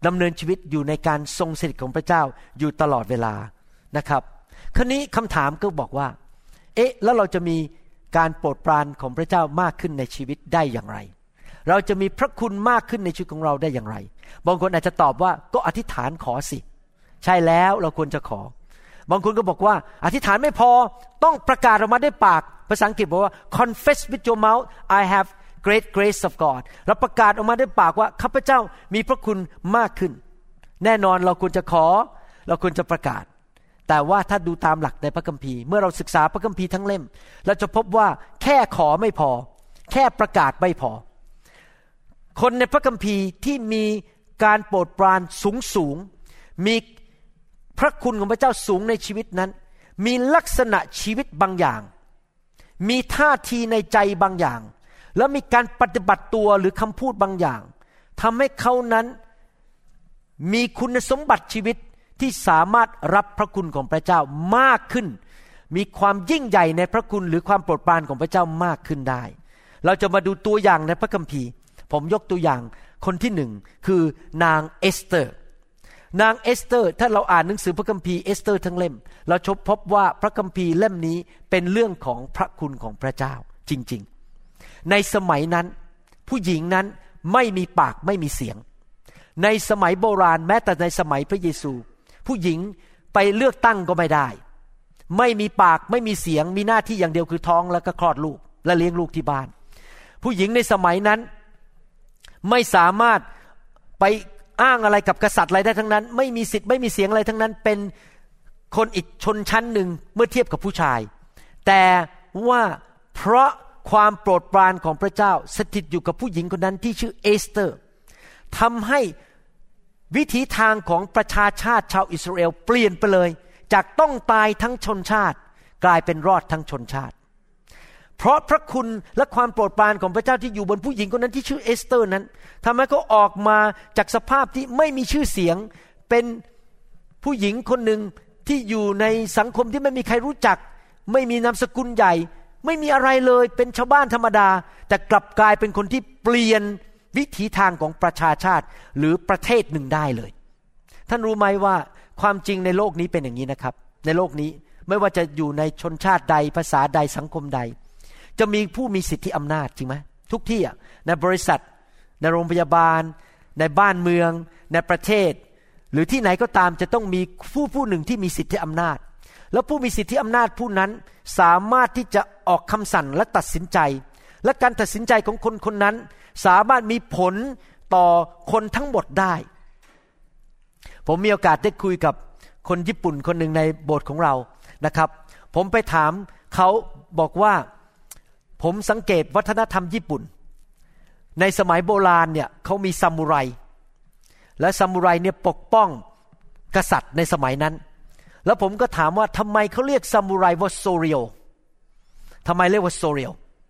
ดำเนินชีวิตอยู่ในการทรงสถิตของพระเจ้าอยู่ตลอดเวลานะครับคราวนี้คำถามก็บอกว่าแล้วเราจะมีการโปรดปรานของพระเจ้ามากขึ้นในชีวิตได้อย่างไรเราจะมีพระคุณมากขึ้นในชีวิตของเราได้อย่างไรบางคนอาจจะตอบว่าก็อธิษฐานขอสิใช่แล้วเราควรจะขอบางคนก็บอกว่าอธิษฐานไม่พอต้องประกาศออกมาด้วยปากภาษาอังกฤษบอกว่า confess with your mouth I have great grace of God เราประกาศออกมาด้วยปากว่าข้าพเจ้ามีพระคุณมากขึ้นแน่นอนเราควรจะขอเราควรจะประกาศแต่ว่าถ้าดูตามหลักในพระคัมภีร์เมื่อเราศึกษาพระคัมภีร์ทั้งเล่มเราจะพบว่าแค่ขอไม่พอแค่ประกาศไม่พอคนในพระคัมภีร์ที่มีการโปรดปรานสูงมีพระคุณของพระเจ้าสูงในชีวิตนั้นมีลักษณะชีวิตบางอย่างมีท่าทีในใจบางอย่างแล้วมีการปฏิบัติตัวหรือคำพูดบางอย่างทำให้เขานั้นมีคุณสมบัติชีวิตที่สามารถรับพระคุณของพระเจ้ามากขึ้นมีความยิ่งใหญ่ในพระคุณหรือความโปรดปรานของพระเจ้ามากขึ้นได้เราจะมาดูตัวอย่างในพระคัมภีร์ผมยกตัวอย่างคนที่หนึ่งคือนางเอสเตอร์นางเอสเตอร์ถ้าเราอ่านหนังสือพระคัมภีร์เอสเตอร์ทั้งเล่มเราพบว่าพระคัมภีร์เล่มนี้เป็นเรื่องของพระคุณของพระเจ้าจริงๆในสมัยนั้นผู้หญิงนั้นไม่มีปากไม่มีเสียงในสมัยโบราณแม้แต่ในสมัยพระเยซูผู้หญิงไปเลือกตั้งก็ไม่ได้ไม่มีปากไม่มีเสียงมีหน้าที่อย่างเดียวคือท้องแล้วก็คลอดลูกและเลี้ยงลูกที่บ้านผู้หญิงในสมัยนั้นไม่สามารถไปอ้างอะไรกับกษัตริย์อะไรได้ทั้งนั้นไม่มีสิทธิ์ไม่มีเสียงอะไรทั้งนั้นเป็นคนอีกชนชั้นหนึ่งเมื่อเทียบกับผู้ชายแต่ว่าเพราะความโปรดปรานของพระเจ้าสถิตอยู่กับผู้หญิงคนนั้นที่ชื่อเอสเตอร์ทำให้วิถีทางของประชาชาติชาวอิสราเอลเปลี่ยนไปเลยจากต้องตายทั้งชนชาติกลายเป็นรอดทั้งชนชาติเพราะพระคุณและความโปรดปรานของพระเจ้าที่อยู่บนผู้หญิงคนนั้นที่ชื่อเอสเตอร์นั้นทำให้เขาออกมาจากสภาพที่ไม่มีชื่อเสียงเป็นผู้หญิงคนหนึ่งที่อยู่ในสังคมที่ไม่มีใครรู้จักไม่มีนามสกุลใหญ่ไม่มีอะไรเลยเป็นชาวบ้านธรรมดาแต่กลับกลายเป็นคนที่เปลี่ยนวิถีทางของประชาชาติหรือประเทศหนึ่งได้เลยท่านรู้ไหมว่าความจริงในโลกนี้เป็นอย่างนี้นะครับในโลกนี้ไม่ว่าจะอยู่ในชนชาติใดภาษาใดสังคมใดจะมีผู้มีสิทธิอำนาจจริงไหมทุกที่อ่ะในบริษัทในโรงพยาบาลในบ้านเมืองในประเทศหรือที่ไหนก็ตามจะต้องมีผู้หนึ่งที่มีสิทธิอำนาจแล้วผู้มีสิทธิอำนาจผู้นั้นสามารถที่จะออกคำสั่งและตัดสินใจและการตัดสินใจของคนคนนั้นสามารถมีผลต่อคนทั้งหมดได้ผมมีโอกาสได้คุยกับคนญี่ปุ่นคนหนึ่งในโบสถ์ของเรานะครับผมไปถามเขาบอกว่าผมสังเกตวัฒนธรรมญี่ปุ่นในสมัยโบราณเนี่ยเขามีซามูไรและซามูไรเนี่ยปกป้องกษัตริย์ในสมัยนั้นแล้วผมก็ถามว่าทำไมเขาเรียกซามูไรว่าโซริโอทำไมเรียกว่าโซริโอ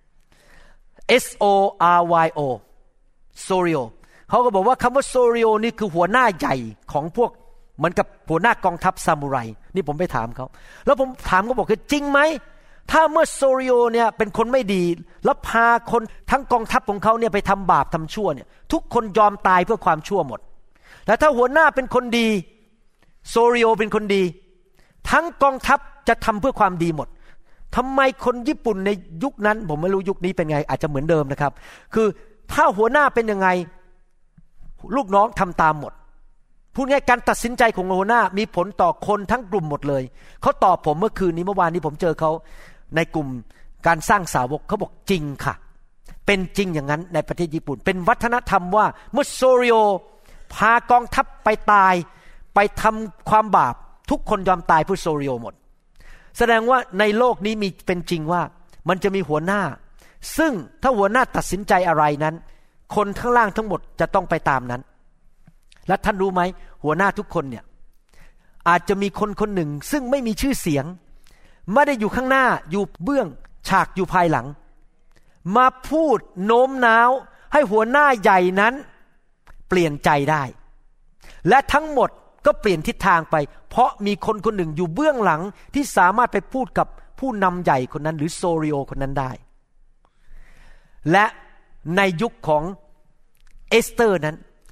S O R Y O โซริโอเขาก็บอกว่าคำว่าโซริโอนี่คือหัวหน้าใหญ่ของพวกเหมือนกับหัวหน้ากองทัพซามูไรนี่ผมไปถามเขาแล้วผมถามเขาบอกว่าจริงไหมถ้าเมื่อโซริโอเนี่ยเป็นคนไม่ดีแล้วพาคนทั้งกองทัพของเขาเนี่ยไปทำบาปทำชั่วเนี่ยทุกคนยอมตายเพื่อความชั่วหมดแต่ถ้าหัวหน้าเป็นคนดีโซริโอเป็นคนดีทั้งกองทัพจะทำเพื่อความดีหมดทำไมคนญี่ปุ่นในยุคนั้นผมไม่รู้ยุคนี้เป็นไงอาจจะเหมือนเดิมนะครับคือถ้าหัวหน้าเป็นยังไงลูกน้องทำตามหมดพูดง่ายการตัดสินใจของหัวหน้ามีผลต่อคนทั้งกลุ่มหมดเลยเขาตอบผมเมื่อคืนนี้เมื่อวานนี้ผมเจอเขาในกลุ่มการสร้างสาวกเขาบอกจริงค่ะเป็นจริงอย่างนั้นในประเทศญี่ปุ่นเป็นวัฒนธรรมว่าเมื่อโซริโอพากองทัพไปตายไปทำความบาปทุกคนยอมตายเพื่อโซริโอหมดแสดงว่าในโลกนี้มีเป็นจริงว่ามันจะมีหัวหน้าซึ่งถ้าหัวหน้าตัดสินใจอะไรนั้นคนข้างล่างทั้งหมดจะต้องไปตามนั้นและท่านรู้ไหมหัวหน้าทุกคนเนี่ยอาจจะมีคนคนหนึ่งซึ่งไม่มีชื่อเสียงไม่ได้อยู่ข้างหน้าอยู่เบื้องฉากอยู่ภายหลังมาพูดโน้มน้าวให้หัวหน้าใหญ่นั้นเปลี่ยนใจได้และทั้งหมดก็เปลี่ยนทิศทางไปเพราะมีคนคนหนึ่งอยู่เบื้องหลังที่สามารถไปพูดกับผู้นำใหญ่คนนั้นหรือโซริโอคนนั้นได้และในยุคของเอสเตอร์นั้น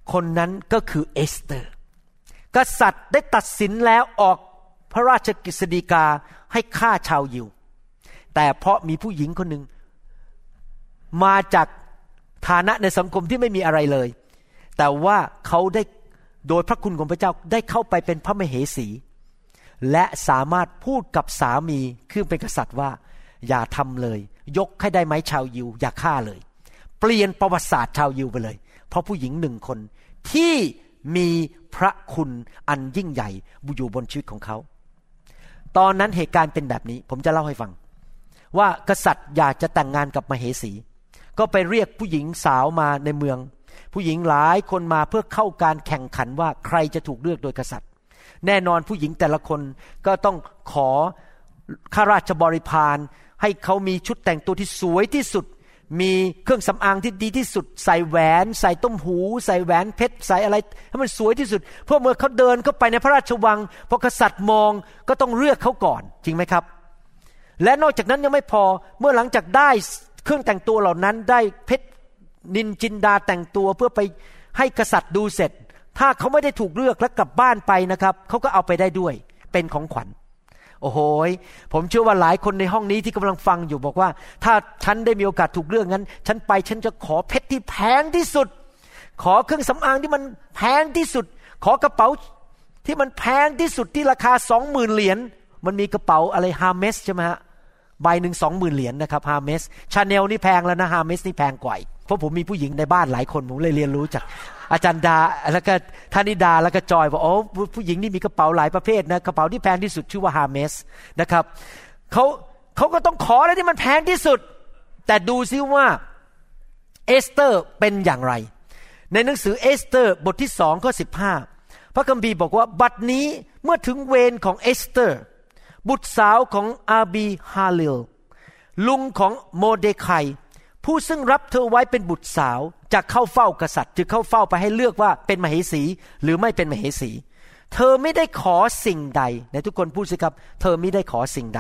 คนนั้นก็คือเอสเตอร์กษัตริย์ได้ตัดสินแล้วออกพระราชกฤษฎีกาให้ฆ่าชาวยิวแต่เพราะมีผู้หญิงคนหนึ่งมาจากฐานะในสังคมที่ไม่มีอะไรเลยแต่ว่าเขาได้โดยพระคุณของพระเจ้าได้เข้าไปเป็นพระมเหสีและสามารถพูดกับสามีคือเป็นกษัตริย์ว่าอย่าทำเลยยกให้ได้ไหมชาวยิวอย่าฆ่าเลยเปลี่ยนประวัติศาสตร์ชาวยิวไปเลยเพราะผู้หญิงหนึ่งคนที่มีพระคุณอันยิ่งใหญ่อยู่บนชีวิตของเขาตอนนั้นเหตุการณ์เป็นแบบนี้ผมจะเล่าให้ฟังว่ากษัตริย์อยากจะแต่งงานกับมเหสีก็ไปเรียกผู้หญิงสาวมาในเมืองผู้หญิงหลายคนมาเพื่อเข้าการแข่งขันว่าใครจะถูกเลือกโดยกษัตริย์แน่นอนผู้หญิงแต่ละคนก็ต้องขอข้าราชบริพารให้เขามีชุดแต่งตัวที่สวยที่สุดมีเครื่องสำอางที่ดีที่สุดใส่แหวนใส่ต้มหูใส่แหวนเพชรใส่อะไรให้มันสวยที่สุดเพื่อเมื่อเขาเดินเข้าไปในพระราชวังพอกษัตริย์มองก็ต้องเลือกเขาก่อนจริงไหมครับและนอกจากนั้นยังไม่พอเมื่อหลังจากได้เครื่องแต่งตัวเหล่านั้นได้เพชรนินจินดาแต่งตัวเพื่อไปให้กษัตริย์ดูเสร็จถ้าเขาไม่ได้ถูกเลือกแล้วกลับบ้านไปนะครับเขาก็เอาไปได้ด้วยเป็นของขวัญโอ้โหผมเชื่อว่าหลายคนในห้องนี้ที่กำลังฟังอยู่บอกว่าถ้าฉันได้มีโอกาสถูกเลือกงั้นฉันไปฉันจะขอเพชรที่แพงที่สุดขอเครื่องสำอางที่มันแพงที่สุดขอกระเป๋าที่มันแพงที่สุดที่ราคา 20,000 เหรียญมันมีกระเป๋าอะไรฮาเมสใช่ไหมฮะใบหนึ่ง 20,000 เหรียญนะครับฮาเมสชาแนลนี่แพงแล้วนะฮาเมสนี่แพงกว่าเพราะผมมีผู้หญิงในบ้านหลายคนผมเลยเรียนรู้จากอาจารย์ดาแล้วก็ธนิดาแล้วก็จอยว่าโอ้ผู้หญิงนี่มีกระเป๋าหลายประเภทนะกระเป๋าที่แพงที่สุดชื่อว่าฮาเมสนะครับเขาก็ต้องขออะไรที่มันแพงที่สุดแต่ดูซิว่าเอสเตอร์เป็นอย่างไรในหนังสือเอสเตอร์บทที่2ข้อ15พระคัมภีร์บอกว่าบัดนี้เมื่อถึงเวรของเอสเตอร์บุตรสาวของอาบีฮาลิลลุงของโมเดคายผู้ซึ่งรับเธอไว้เป็นบุตรสาวจะเข้าเฝ้ากษัตริย์จึงเข้าเฝ้าไปให้เลือกว่าเป็นมเหสีหรือไม่เป็นมเหสีเธอไม่ได้ขอสิ่งใดในทุกคนพูดสิครับเธอไม่ได้ขอสิ่งใด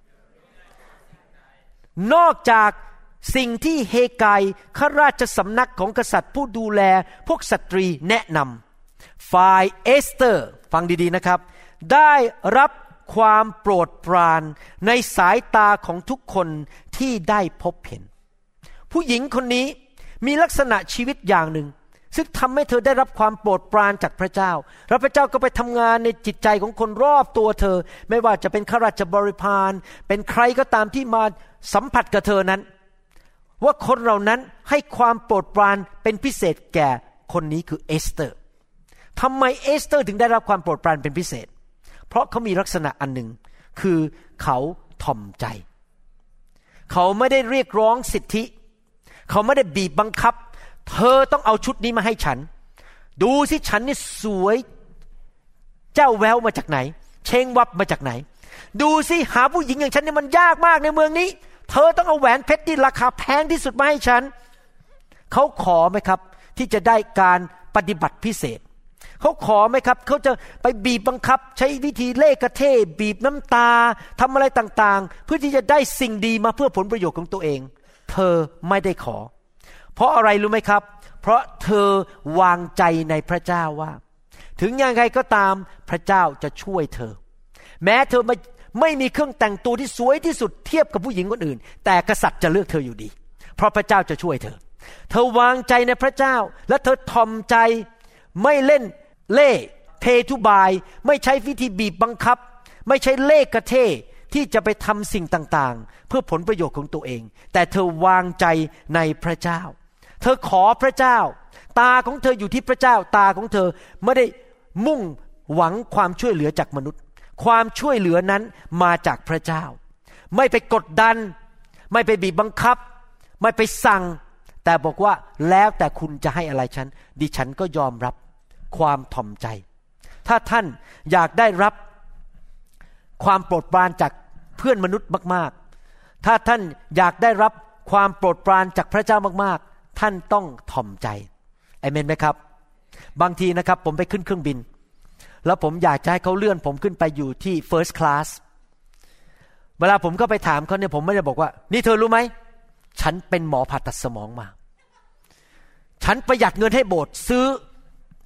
นอกจากสิ่งที่เฮกายข้าราชสำนักของกษัตริย์ผู้ดูแลพวกสตรีแนะนำฝ่ายเอสเตอร์ฟังดีๆนะครับได้รับความโปรดปรานในสายตาของทุกคนที่ได้พบเห็นผู้หญิงคนนี้มีลักษณะชีวิตอย่างหนึ่งซึ่งทำให้เธอได้รับความโปรดปรานจากพระเจ้าแล้วพระเจ้าก็ไปทำงานในจิตใจของคนรอบตัวเธอไม่ว่าจะเป็นข้าราชบริพารเป็นใครก็ตามที่มาสัมผัสกับเธอนั้นว่าคนเหล่านั้นให้ความโปรดปรานเป็นพิเศษแก่คนนี้คือเอสเตอร์ทำไมเอสเตอร์ถึงได้รับความโปรดปรานเป็นพิเศษเพราะเขามีลักษณะอันหนึ่งคือเขาถ่อมใจเขาไม่ได้เรียกร้องสิทธิเขาไม่ได้บีบบังคับเธอต้องเอาชุดนี้มาให้ฉันดูสิฉันนี่สวยเจ้าแววมาจากไหนเชงวับมาจากไหนดูสิหาผู้หญิงอย่างฉันนี่มันยากมากในเมืองนี้เธอต้องเอาแหวนเพชรที่ราคาแพงที่สุดมาให้ฉันเขาขอไหมครับที่จะได้การปฏิบัติพิเศษเขาขอไหมครับเขาจะไปบีบบังคับใช้วิธีเล่ห์กระเทบีบน้ำตาทำอะไรต่างๆเพื่อที่จะได้สิ่งดีมาเพื่อผลประโยชน์ของตัวเองเธอไม่ได้ขอเพราะอะไรรู้ไหมครับเพราะเธอวางใจในพระเจ้าว่าถึงยังไงก็ตามพระเจ้าจะช่วยเธอแม้เธอไม่มีเครื่องแต่งตัวที่สวยที่สุดเทียบกับผู้หญิงคนอื่นแต่กษัตริย์จะเลือกเธออยู่ดีเพราะพระเจ้าจะช่วยเธอเธอวางใจในพระเจ้าและเธอทอมใจไม่เล่นเล่เพทุบายไม่ใช้วิธีบีบบังคับไม่ใช่เล่กระเทที่จะไปทำสิ่งต่างๆเพื่อผลประโยชน์ของตัวเองแต่เธอวางใจในพระเจ้าเธอขอพระเจ้าตาของเธออยู่ที่พระเจ้าตาของเธอไม่ได้มุ่งหวังความช่วยเหลือจากมนุษย์ความช่วยเหลือนั้นมาจากพระเจ้าไม่ไปกดดันไม่ไปบีบบังคับไม่ไปสั่งแต่บอกว่าแล้วแต่คุณจะให้อะไรฉันดิฉันก็ยอมรับความถ่อมใจถ้าท่านอยากได้รับความโปรดปรานจากเพื่อนมนุษย์มากๆถ้าท่านอยากได้รับความโปรดปรานจากพระเจ้ามากๆท่านต้องถ่อมใจอาเมนไหมครับบางทีนะครับผมไปขึ้นเครื่องบินแล้วผมอยากจะให้เขาเลื่อนผมขึ้นไปอยู่ที่ first class เวลาผมก็ไปถามเขาเนี่ยผมไม่ได้บอกว่านี่เธอรู้ไหมฉันเป็นหมอผ่าตัดสมองมาฉันประหยัดเงินให้โบสถ์ซื้อ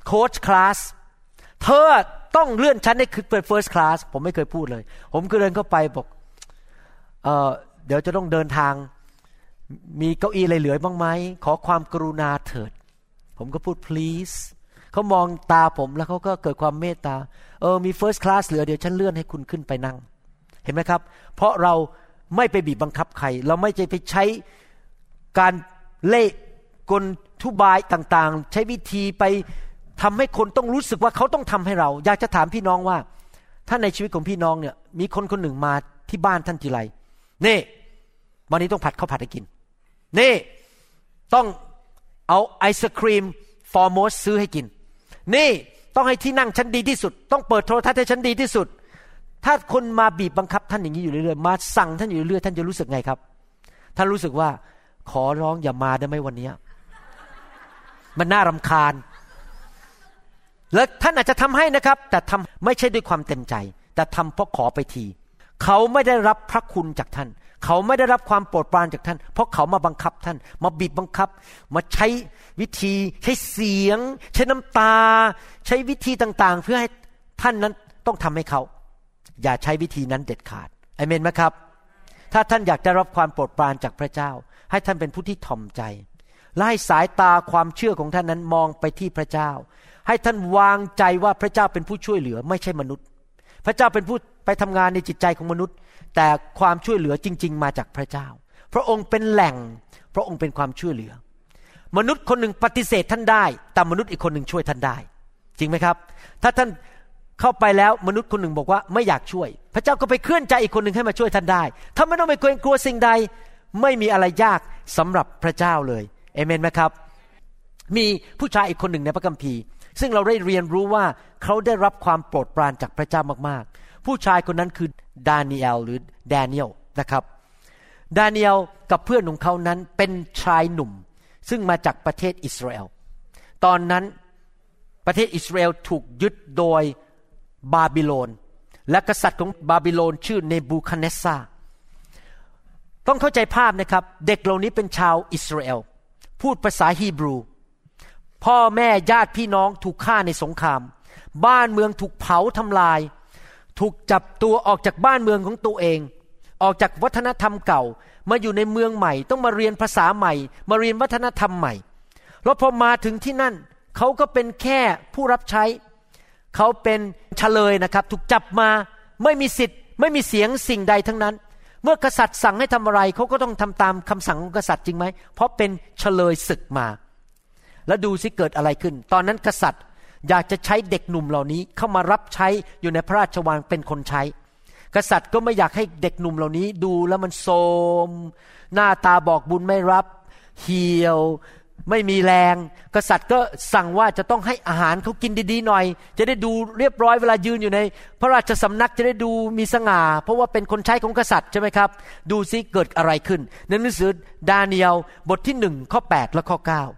coach class เธอต้องเลื่อนชั้นให้ขึ้นเป็น first class ผมไม่เคยพูดเลยผมก็เดินเข้าไปบอกเดี๋ยวจะต้องเดินทางมีเก้าอี้อะไรเหลือบ้างไหมขอความกรุณาเถิดผมก็พูด please เขามองตาผมแล้วเขาก็เกิดความเมตตามี first class เหลือเดี๋ยวฉันเลื่อนให้คุณขึ้นไปนั่งเห็นไหมครับเพราะเราไม่ไปบีบบังคับใครเราไม่ไปใช้การเล่ห์กลทุบายต่างๆใช้วิธีไปทำให้คนต้องรู้สึกว่าเขาต้องทำให้เราอยากจะถามพี่น้องว่าถ้าในชีวิตของพี่น้องเนี่ยมีคนคนหนึ่งมาที่บ้านท่านทีไรนี่วันนี้ต้องผัดข้าวผัดให้กินนี่ต้องเอาไอศครีมฟอร์โมสซื้อให้กินนี่ต้องให้ที่นั่งชั้นดีที่สุดต้องเปิดโทรทัศน์ให้ชั้นดีที่สุดถ้าคนมาบีบบังคับท่านอย่างนี้อยู่เรื่อยๆมาสั่งท่านอยู่เรื่อยๆท่านจะรู้สึกไงครับท่านรู้สึกว่าขอร้องอย่ามาได้ไหมวันนี้มันน่ารำคาญแล้วท่านอาจจะทำให้นะครับแต่ทำไม่ใช่ด้วยความเต็มใจแต่ทำเพราะขอไปทีเขาไม่ได้รับพระคุณจากท่านเขาไม่ได้รับความโปรดปรานจากท่านเพราะเขามาบังคับท่านมาบีบบังคับมาใช้วิธีใช้เสียงใช้น้ำตาใช้วิธีต่างๆเพื่อให้ท่านนั้นต้องทำให้เขาอย่าใช้วิธีนั้นเด็ดขาดอาเมนไหมครับถ้าท่านอยากได้รับความโปรดปรานจากพระเจ้าให้ท่านเป็นผู้ที่ถ่อมใจและให้สายตาความเชื่อของท่านนั้นมองไปที่พระเจ้าให้ท่านวางใจว่าพระเจ้าเป็นผู้ช่วยเหลือไม่ใช่มนุษย์พระเจ้าเป็นผู้ไปทำงานในจิตใจของมนุษย์แต่ความช่วยเหลือจริงๆมาจากพระเจ้าพระองค์เป็นแหล่งพระองค์เป็นความช่วยเหลือมนุษย์คนหนึ่งปฏิเสธท่านได้แต่มนุษย์อีกคนหนึ่งช่วยท่านได้จริงไหมครับถ้าท่านเข้าไปแล้วมนุษย์คนหนึ่งบอกว่าไม่อยากช่วยพระเจ้าก็ไปเคลื่อนใจอีกคนหนึ่งให้มาช่วยท่านได้ถ้าไม่ต้องไปกลัวสิ่งใดไม่มีอะไรยากสำหรับพระเจ้าเลยเอเมนไหมครับมีผู้ชายอีกคนหนึ่งในพระคัมภีร์ซึ่งเราได้เรียนรู้ว่าเขาได้รับความโปรดปรานจากพระเจ้ามากๆผู้ชายคนนั้นคือดาเนียลหรือแดเนียลนะครับดาเนียลกับเพื่อนของเขานั้นเป็นชายหนุ่มซึ่งมาจากประเทศอิสราเอลตอนนั้นประเทศอิสราเอลถูกยึดโดยบาบิโลนและกษัตริย์ของบาบิโลนชื่อเนบูคัดเนสซาร์ต้องเข้าใจภาพนะครับเด็กเหล่านี้เป็นชาวอิสราเอลพูดภาษาฮีบรูพ่อแม่ญาติพี่น้องถูกฆ่าในสงครามบ้านเมืองถูกเผาทำลายถูกจับตัวออกจากบ้านเมืองของตัวเองออกจากวัฒนธรรมเก่ามาอยู่ในเมืองใหม่ต้องมาเรียนภาษาใหม่มาเรียนวัฒนธรรมใหม่แล้วพอมาถึงที่นั่นเขาก็เป็นแค่ผู้รับใช้เขาเป็นเฉลยนะครับถูกจับมาไม่มีสิทธิ์ไม่มีเสียงสิ่งใดทั้งนั้นเมื่อกษัตริย์สั่งให้ทำอะไรเขาก็ต้องทำตามคำสั่งของกษัตริย์จริงไหมเพราะเป็นเฉลยศึกมาแล้วดูสิเกิดอะไรขึ้นตอนนั้นกษัตริย์อยากจะใช้เด็กหนุ่มเหล่านี้เข้ามารับใช้อยู่ในพระราชวังเป็นคนใช้กษัตริย์ก็ไม่อยากให้เด็กหนุ่มเหล่านี้ดูแล้วมันโทรมหน้าตาบอกบุญไม่รับเหี่ยวไม่มีแรงกษัตริย์ก็สั่งว่าจะต้องให้อาหารเขากินดีๆหน่อยจะได้ดูเรียบร้อยเวลายืนอยู่ในพระราชสำนักจะได้ดูมีสง่าเพราะว่าเป็นคนใช้ของกษัตริย์ใช่ไหมครับดูซิเกิดอะไรขึ้นในหนังสือดาเนียลบทที่1ข้อ8และข้อ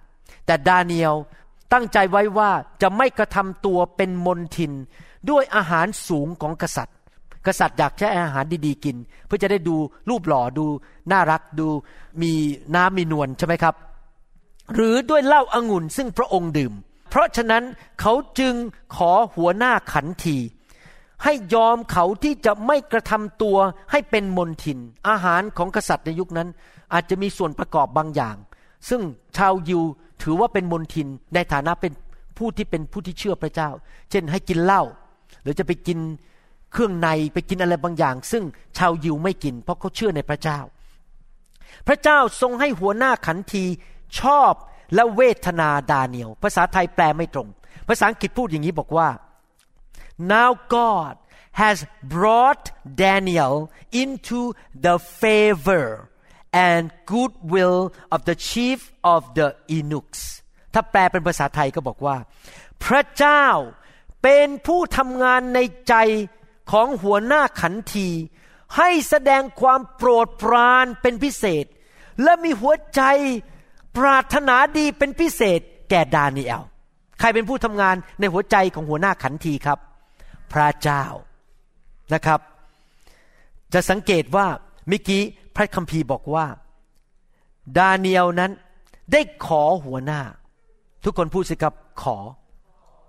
9แต่ดาเนียลตั้งใจไว้ว่าจะไม่กระทำตัวเป็นมนทินด้วยอาหารสูงของกษัตริย์กษัตริย์อยากใช้อาหารดีๆกินเพื่อจะได้ดูรูปหล่อดูน่ารักดูมีน้ำมีนวลใช่ไหมครับหรือด้วยเหล้าองุ่นซึ่งพระองค์ดื่มเพราะฉะนั้นเขาจึงขอหัวหน้าขันทีให้ยอมเขาที่จะไม่กระทำตัวให้เป็นมนทินอาหารของกษัตริย์ในยุคนั้นอาจจะมีส่วนประกอบบางอย่างซึ่งชาวยิวถือว่าเป็นมนทินในฐานะเป็นผู้ที่เชื่อพระเจ้าเช่นให้กินเหล้าหรือจะไปกินเครื่องในไปกินอะไรบางอย่างซึ่งชาวยิวไม่กินเพราะเขาเชื่อในพระเจ้าพระเจ้าทรงให้หัวหน้าขันทีชอบและเวทนาดาเนียลภาษาไทยแปลไม่ตรงภาษาอังกฤษพูดอย่างนี้บอกว่า Now God has brought Daniel into the favor and goodwill of the chief of the eunuchs ถ้าแปลเป็นภาษาไทยก็บอกว่าพระเจ้าเป็นผู้ทำงานในใจของหัวหน้าขันทีให้แสดงความโปรดปรานเป็นพิเศษและมีหัวใจปรารถนาดีเป็นพิเศษแก่ดาเนียลใครเป็นผู้ทำงานในหัวใจของหัวหน้าขันทีครับพระเจ้านะครับจะสังเกตว่าเมื่อกี้พระคัมภีร์บอกว่าดาเนียลนั้นได้ขอหัวหน้าทุกคนพูดสิครับขอ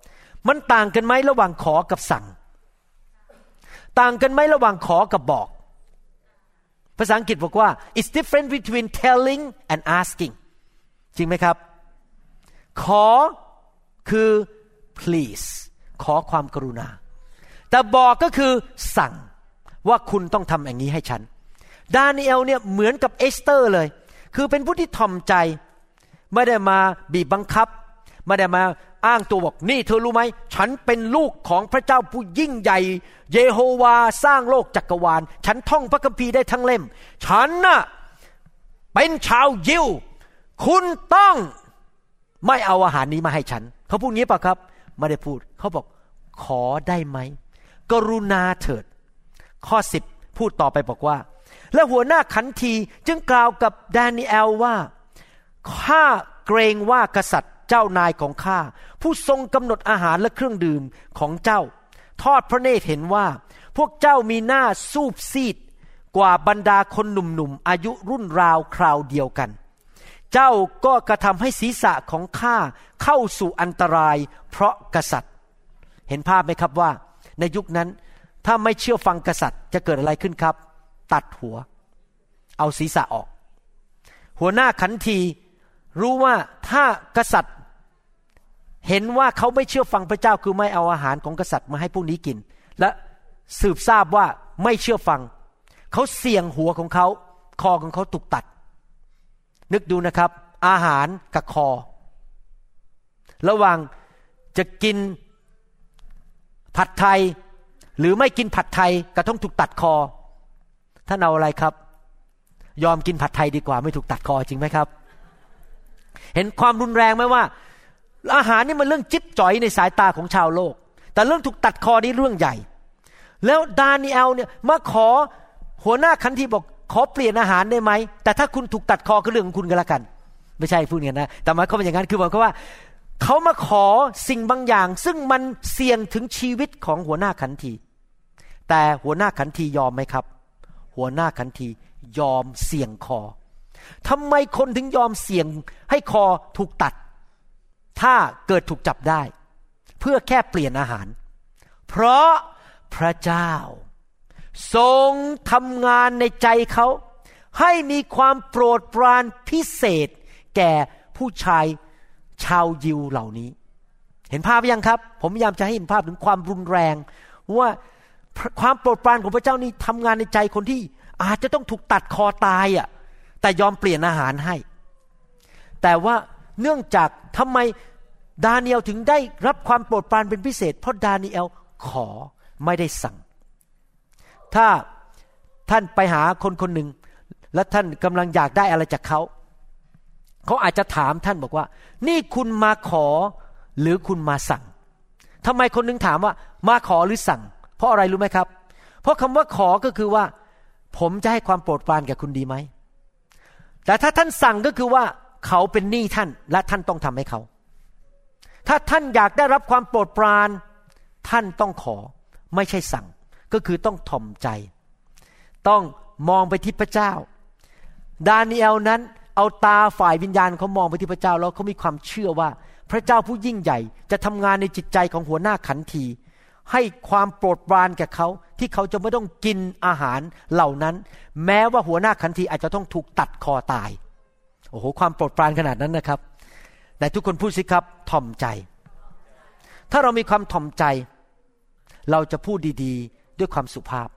มันต่างกันไหมระหว่างขอกับสั่งต่างกันไหมระหว่างขอกับบอกภาษาอังกฤษบอกว่า it's different between telling and asking จริงไหมครับขอคือ please ขอความกรุณาแต่บอกก็คือสั่งว่าคุณต้องทำอย่างนี้ให้ฉันดานิเอลเนี่ยเหมือนกับเอสเตอร์เลยคือเป็นผู้ที่ถ่อมใจไม่ได้มาบีบบังคับไม่ได้มาอ้างตัวบอกนี่เธอรู้ไหมฉันเป็นลูกของพระเจ้าผู้ยิ่งใหญ่เยโฮวาสร้างโลกจักรวาลฉันท่องพระคัมภีร์ได้ทั้งเล่มฉันน่ะเป็นชาวยิวคุณต้องไม่เอาอาหารนี้มาให้ฉันเขาพูดงี้ป่ะครับไม่ได้พูดเขาบอกขอได้ไหมกรุณาเถิดข้อ10พูดต่อไปบอกว่าและหัวหน้าขันทีจึงกล่าวกับดานิเอลว่าข้าเกรงว่ากษัตริย์เจ้านายของข้าผู้ทรงกำหนดอาหารและเครื่องดื่มของเจ้าทอดพระเนตรเห็นว่าพวกเจ้ามีหน้าซูบซีดกว่าบรรดาคนหนุ่มๆอายุรุ่นราวคราวเดียวกันเจ้าก็กระทำให้ศีรษะของข้าเข้าสู่อันตรายเพราะกษัตริย์เห็นภาพไหมครับว่าในยุคนั้นถ้าไม่เชื่อฟังกษัตริย์จะเกิดอะไรขึ้นครับตัดหัวเอาศีรษะออกหัวหน้าขันทีรู้ว่าถ้ากษัตริย์เห็นว่าเขาไม่เชื่อฟังพระเจ้าคือไม่เอาอาหารของกษัตริย์มาให้พวกนี้กินและสืบทราบว่าไม่เชื่อฟังเขาเสี่ยงหัวของเขาคอของเขาถูกตัดนึกดูนะครับอาหารกับคอระหว่างจะกินผัดไทยหรือไม่กินผัดไทยก็ต้องถูกตัดคอท่านเอาอะไรครับยอมกินผัดไทยดีกว่าไม่ถูกตัดคอจริงไหมครับเห็นความรุนแรงไหมว่าอาหารนี่มันเรื่องจิ๊บจ๋อยในสายตาของชาวโลกแต่เรื่องถูกตัดคอนี่เรื่องใหญ่แล้วดานิเอลเนี่ยมาขอหัวหน้าขันทีบอกขอเปลี่ยนอาหารได้ไหมแต่ถ้าคุณถูกตัดคอก็เรื่องของคุณก็แล้วกันไม่ใช่พูดอย่างนั้นนะแต่หมายความว่าอย่างนั้นคือหมายความว่าเขามาขอสิ่งบางอย่างซึ่งมันเสี่ยงถึงชีวิตของหัวหน้าขันทีแต่หัวหน้าขันทียอมไหมครับหัวหน้าขันทียอมเสี่ยงคอทำไมคนถึงยอมเสี่ยงให้คอถูกตัดถ้าเกิดถูกจับได้เพื่อแค่เปลี่ยนอาหารเพราะพระเจ้าทรงทำงานในใจเขาให้มีความโปรดปรานพิเศษแก่ผู้ชายชาวยิวเหล่านี้เห็นภาพยังครับผมพยายามจะให้เห็นภาพถึงความรุนแรงว่าความโปรดปรานของพระเจ้านี่ทำงานในใจคนที่อาจจะต้องถูกตัดคอตายอ่ะแต่ยอมเปลี่ยนอาหารให้แต่ว่าเนื่องจากทำไมดาเนียลถึงได้รับความโปรดปรานเป็นพิเศษเพราะดาเนียลขอไม่ได้สั่งถ้าท่านไปหาคนคนหนึ่งและท่านกำลังอยากได้อะไรจากเขาอาจจะถามท่านบอกว่านี่คุณมาขอหรือคุณมาสั่งทำไมคนหนึ่งถามว่ามาขอหรือสั่งเพราะอะไรรู้ไหมครับเพราะคำว่าขอก็คือว่าผมจะให้ความโปรดปรานแก่คุณดีไหมแต่ถ้าท่านสั่งก็คือว่าเขาเป็นหนี้ท่านและท่านต้องทำให้เขาถ้าท่านอยากได้รับความโปรดปรานท่านต้องขอไม่ใช่สั่งก็คือต้องถ่อมใจต้องมองไปที่พระเจ้าดานิเอลนั้นเอาตาฝ่ายวิญญาณเขามองไปที่พระเจ้าแล้วเขามีความเชื่อว่าพระเจ้าผู้ยิ่งใหญ่จะทำงานในจิตใจของหัวหน้าขันทีให้ความโปรดปรานแก่เขาที่เขาจะไม่ต้องกินอาหารเหล่านั้นแม้ว่าหัวหน้าขันทีอาจจะต้องถูกตัดคอตายโอ้โหความโปรดปรานขนาดนั้นนะครับแต่ทุกคนพูดสิครับถ่อมใจถ้าเรามีความถ่อมใจเราจะพูดดีๆด้วยความสุภาพ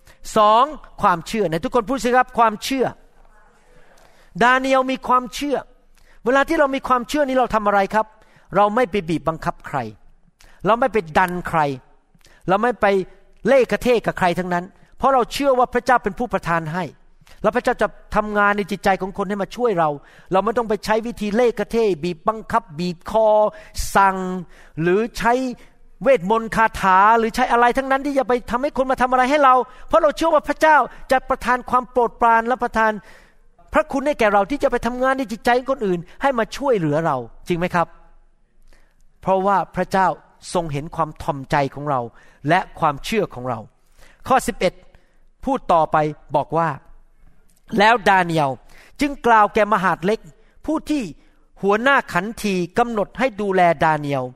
2ความเชื่อในทุกคนพูดสิครับความเชื่อดาเนียลมีความเชื่อเวลาที่เรามีความเชื่อนี้เราทำอะไรครับเราไม่ไปบีบบังคับใครเราไม่ไปดันใครเราไม่ไปเล่ห์กระเทศกับใครทั้งนั้นเพราะเราเชื่อว่าพระเจ้าเป็นผู้ประทานให้แล้วพระเจ้าจะทำงานในจิตใจของคนให้มาช่วยเราไม่ต้องไปใช้วิธีเล่ห์กระเทศบีบบังคับบีบคอสั่งหรือใช้เวทมนต์คาถาหรือใช้อะไรทั้งนั้นที่จะไปทำให้คนมาทำอะไรให้เราเพราะเราเชื่อว่าพระเจ้าจะประทานความโปรดปรานและประทานพระคุณให้แก่เราที่จะไปทำงานในจิตใจของคนอื่นให้มาช่วยเหลือเราจริงไหมครับเพราะว่าพระเจ้าทรงเห็นความถ่อมใจของเราและความเชื่อของเราข้อ11พูดต่อไปบอกว่าแล้วดาเนียลจึงกล่าวแก่มหาดเล็กผู้ที่หัวหน้าขันทีกำหนดให้ดูแลดาเนียล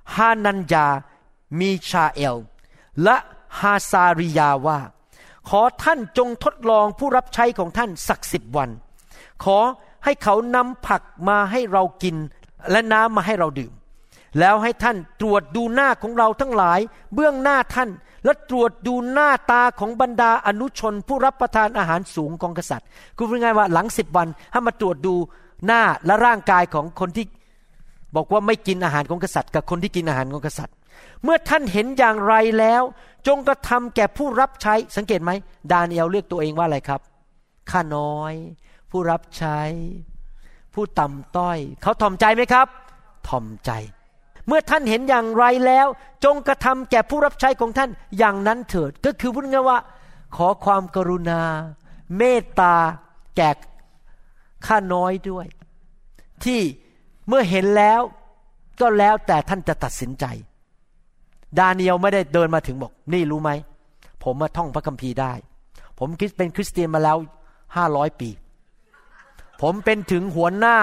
ฮานัญญามีชาเอลและฮาซาริยาว่าขอท่านจงทดลองผู้รับใช้ของท่านสัก10 วันขอให้เขานำผักมาให้เรากินและน้ำมาให้เราดื่มแล้วให้ท่านตรวจดูหน้าของเราทั้งหลายเบื้องหน้าท่านและตรวจดูหน้าตาของบรรดาอนุชนผู้รับประทานอาหารสูงของกษัตริย์คือพูดง่ายว่าหลัง10 วันให้มาตรวจดูหน้าและร่างกายของคนที่บอกว่าไม่กินอาหารของกษัตริย์กับคนที่กินอาหารของกษัตริย์เมื่อท่านเห็นอย่างไรแล้วจงกระทำแก่ผู้รับใช้สังเกตไหมดาเนียลเรียกตัวเองว่าอะไรครับข้าน้อยผู้รับใช้ผู้ต่ำต้อยเขาถ่อมใจไหมครับถ่อมใจเมื่อท่านเห็นอย่างไรแล้วจงกระทำแก่ผู้รับใช้ของท่านอย่างนั้นเถิดก็คือพูดง่ายว่าขอความกรุณาเมตตาแก่ข้าน้อยด้วยที่เมื่อเห็นแล้วก็แล้วแต่ท่านจะตัดสินใจดาเนียลไม่ได้เดินมาถึงบอกนี่รู้ไหมผมมาท่องพระคัมภีร์ได้ผมเป็นคริสเตียนมาแล้ว500 ปีผมเป็นถึงหัวหน้า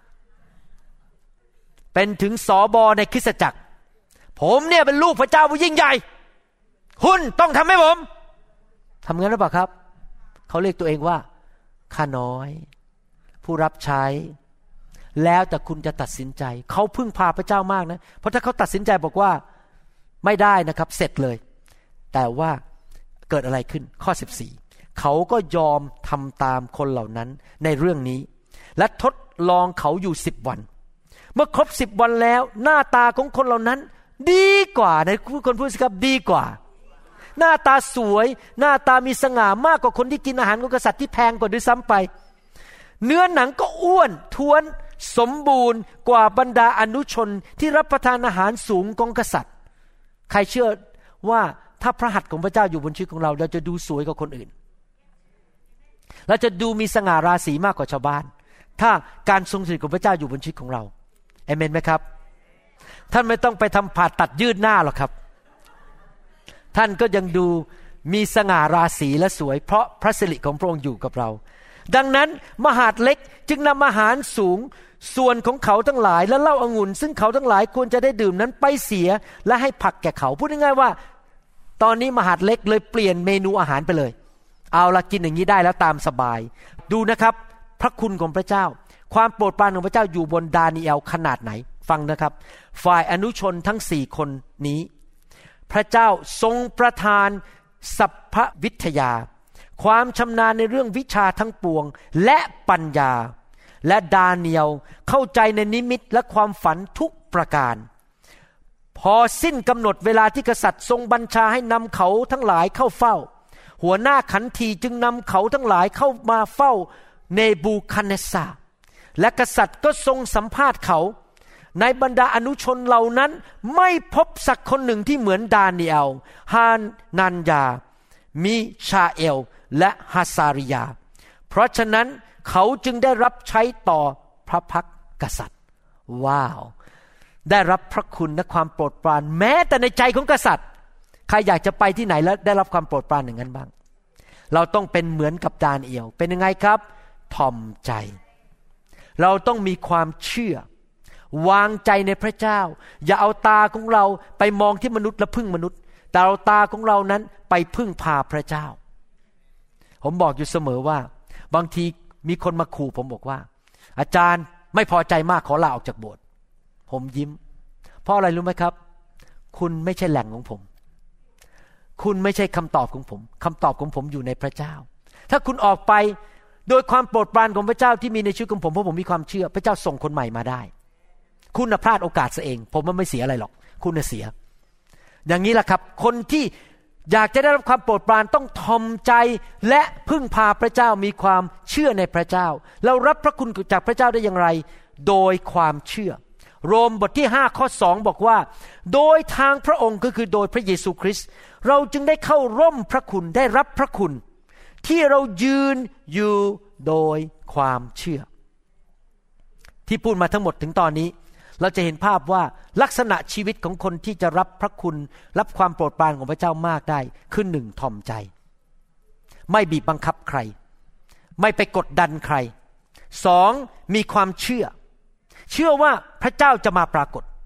เป็นถึงสบในคริสตจักรผมเนี่ยเป็นลูกพระเจ้าผู้ยิ่งใหญ่คุณต้องทำให้ผมทำงั้นหรือเปล่าครับเขาเรียกตัวเองว่าข้าน้อยผู้รับใช้แล้วแต่คุณจะตัดสินใจเขาพึ่งพาพระเจ้ามากนะเพราะถ้าเขาตัดสินใจบอกว่าไม่ได้นะครับเสร็จเลยแต่ว่าเกิดอะไรขึ้นข้อ14เขาก็ยอมทำตามคนเหล่านั้นในเรื่องนี้และทดลองเขาอยู่10 วันเมื่อครบ10 วันแล้วหน้าตาของคนเหล่านั้นดีกว่าในคนพูดสิครับดีกว่าหน้าตาสวยหน้าตามีสง่ามากกว่าคนที่กินอาหารของกษัตริย์ที่แพงกว่าด้วยซ้ำไปเนื้อหนังก็อ้วนท้วนสมบูรณ์กว่าบรรดาอนุชนที่รับประทานอาหารสูงของกษัตริย์ใครเชื่อว่าถ้าพระหัตถ์ของพระเจ้าอยู่บนชีวิตของเราเราจะดูสวยกว่าคนอื่นเราจะดูมีสง่าราศีมากกว่าชาวบ้านถ้าการทรงสถิตของพระเจ้าอยู่บนชีวิตของเราเอเมนไหมครับท่านไม่ต้องไปทำผ่าตัดยืดหน้าหรอกครับท่านก็ยังดูมีสง่าราศีและสวยเพราะพระสิริของพระองค์อยู่กับเราดังนั้นมหาดเล็กจึงนำอาหารสูงส่วนของเขาทั้งหลายและเหล้าองุ่นซึ่งเขาทั้งหลายควรจะได้ดื่มนั้นไปเสียและให้ผักแก่เขาพูดง่ายๆว่าตอนนี้มหาดเล็กเลยเปลี่ยนเมนูอาหารไปเลยเอาละกินอย่างนี้ได้แล้วตามสบายดูนะครับพระคุณของพระเจ้าความโปรดปรานของพระเจ้าอยู่บนดาเนียลขนาดไหนฟังนะครับฝ่ายอนุชนทั้ง4 คนนี้พระเจ้าทรงประทานสัพพวิทยาความชำนาญในเรื่องวิชาทั้งปวงและปัญญาและดาเนียลเข้าใจในนิมิตและความฝันทุกประการพอสิ้นกำหนดเวลาที่กษัตริย์ทรงบัญชาให้นำเขาทั้งหลายเข้าเฝ้าหัวหน้าขันทีจึงนำเขาทั้งหลายเข้ามาเฝ้าเนบูคัดเนสซาร์และกษัตริย์ก็ทรงสัมภาษณ์เขาในบรรดาอนุชนเหล่านั้นไม่พบสักคนหนึ่งที่เหมือนดาเนียลฮานัญญามีชาเอลและฮาซาริยาเพราะฉะนั้นเขาจึงได้รับใช้ต่อพระพักกษัตริย์ว้าวได้รับพระคุณและความโปรดปรานแม้แต่ในใจของกษัตริย์ใครอยากจะไปที่ไหนแล้วได้รับความโปรดปรานอย่างนั้นบ้างเราต้องเป็นเหมือนกับดาเนียลเป็นยังไงครับถ่อมใจเราต้องมีความเชื่อวางใจในพระเจ้าอย่าเอาตาของเราไปมองที่มนุษย์และพึ่งมนุษย์แต่เอาตาของเรานั้นไปพึ่งพาพระเจ้าผมบอกอยู่เสมอว่าบางทีมีคนมาขู่ผมบอกว่าอาจารย์ไม่พอใจมากขอลาออกจากโบสถ์ผมยิ้มเพราะอะไรรู้ไหมครับคุณไม่ใช่แหล่งของผมคุณไม่ใช่คำตอบของผมคำตอบของผมอยู่ในพระเจ้าถ้าคุณออกไปโดยความโปรดปรานของพระเจ้าที่มีในชีวิตของผมเพราะผมมีความเชื่อพระเจ้าส่งคนใหม่มาได้คุณน่ะพลาดโอกาสซะเองผมว่าไม่เสียอะไรหรอกคุณน่ะเสียอย่างนี้แหละครับคนที่อยากจะได้รับความโปรดปรานต้องทอมใจและพึ่งพาพระเจ้ามีความเชื่อในพระเจ้าเรารับพระคุณจากพระเจ้าได้อย่างไรโดยความเชื่อโรมบทที่5ข้อ2บอกว่าโดยทางพระองค์ก็คือโดยพระเยซูคริสต์เราจึงได้เข้าร่มพระคุณได้รับพระคุณที่เรายืนอยู่โดยความเชื่อที่พูดมาทั้งหมดถึงตอนนี้เราจะเห็นภาพว่าลักษณะชีวิตของคนที่จะรับพระคุณรับความโปรดปรานของพระเจ้ามากได้คือ1ถ่อมใจไม่บีบบังคับใครไม่ไปกดดันใคร2มีความเชื่อว่าพระเจ้าจะมาปรากฏ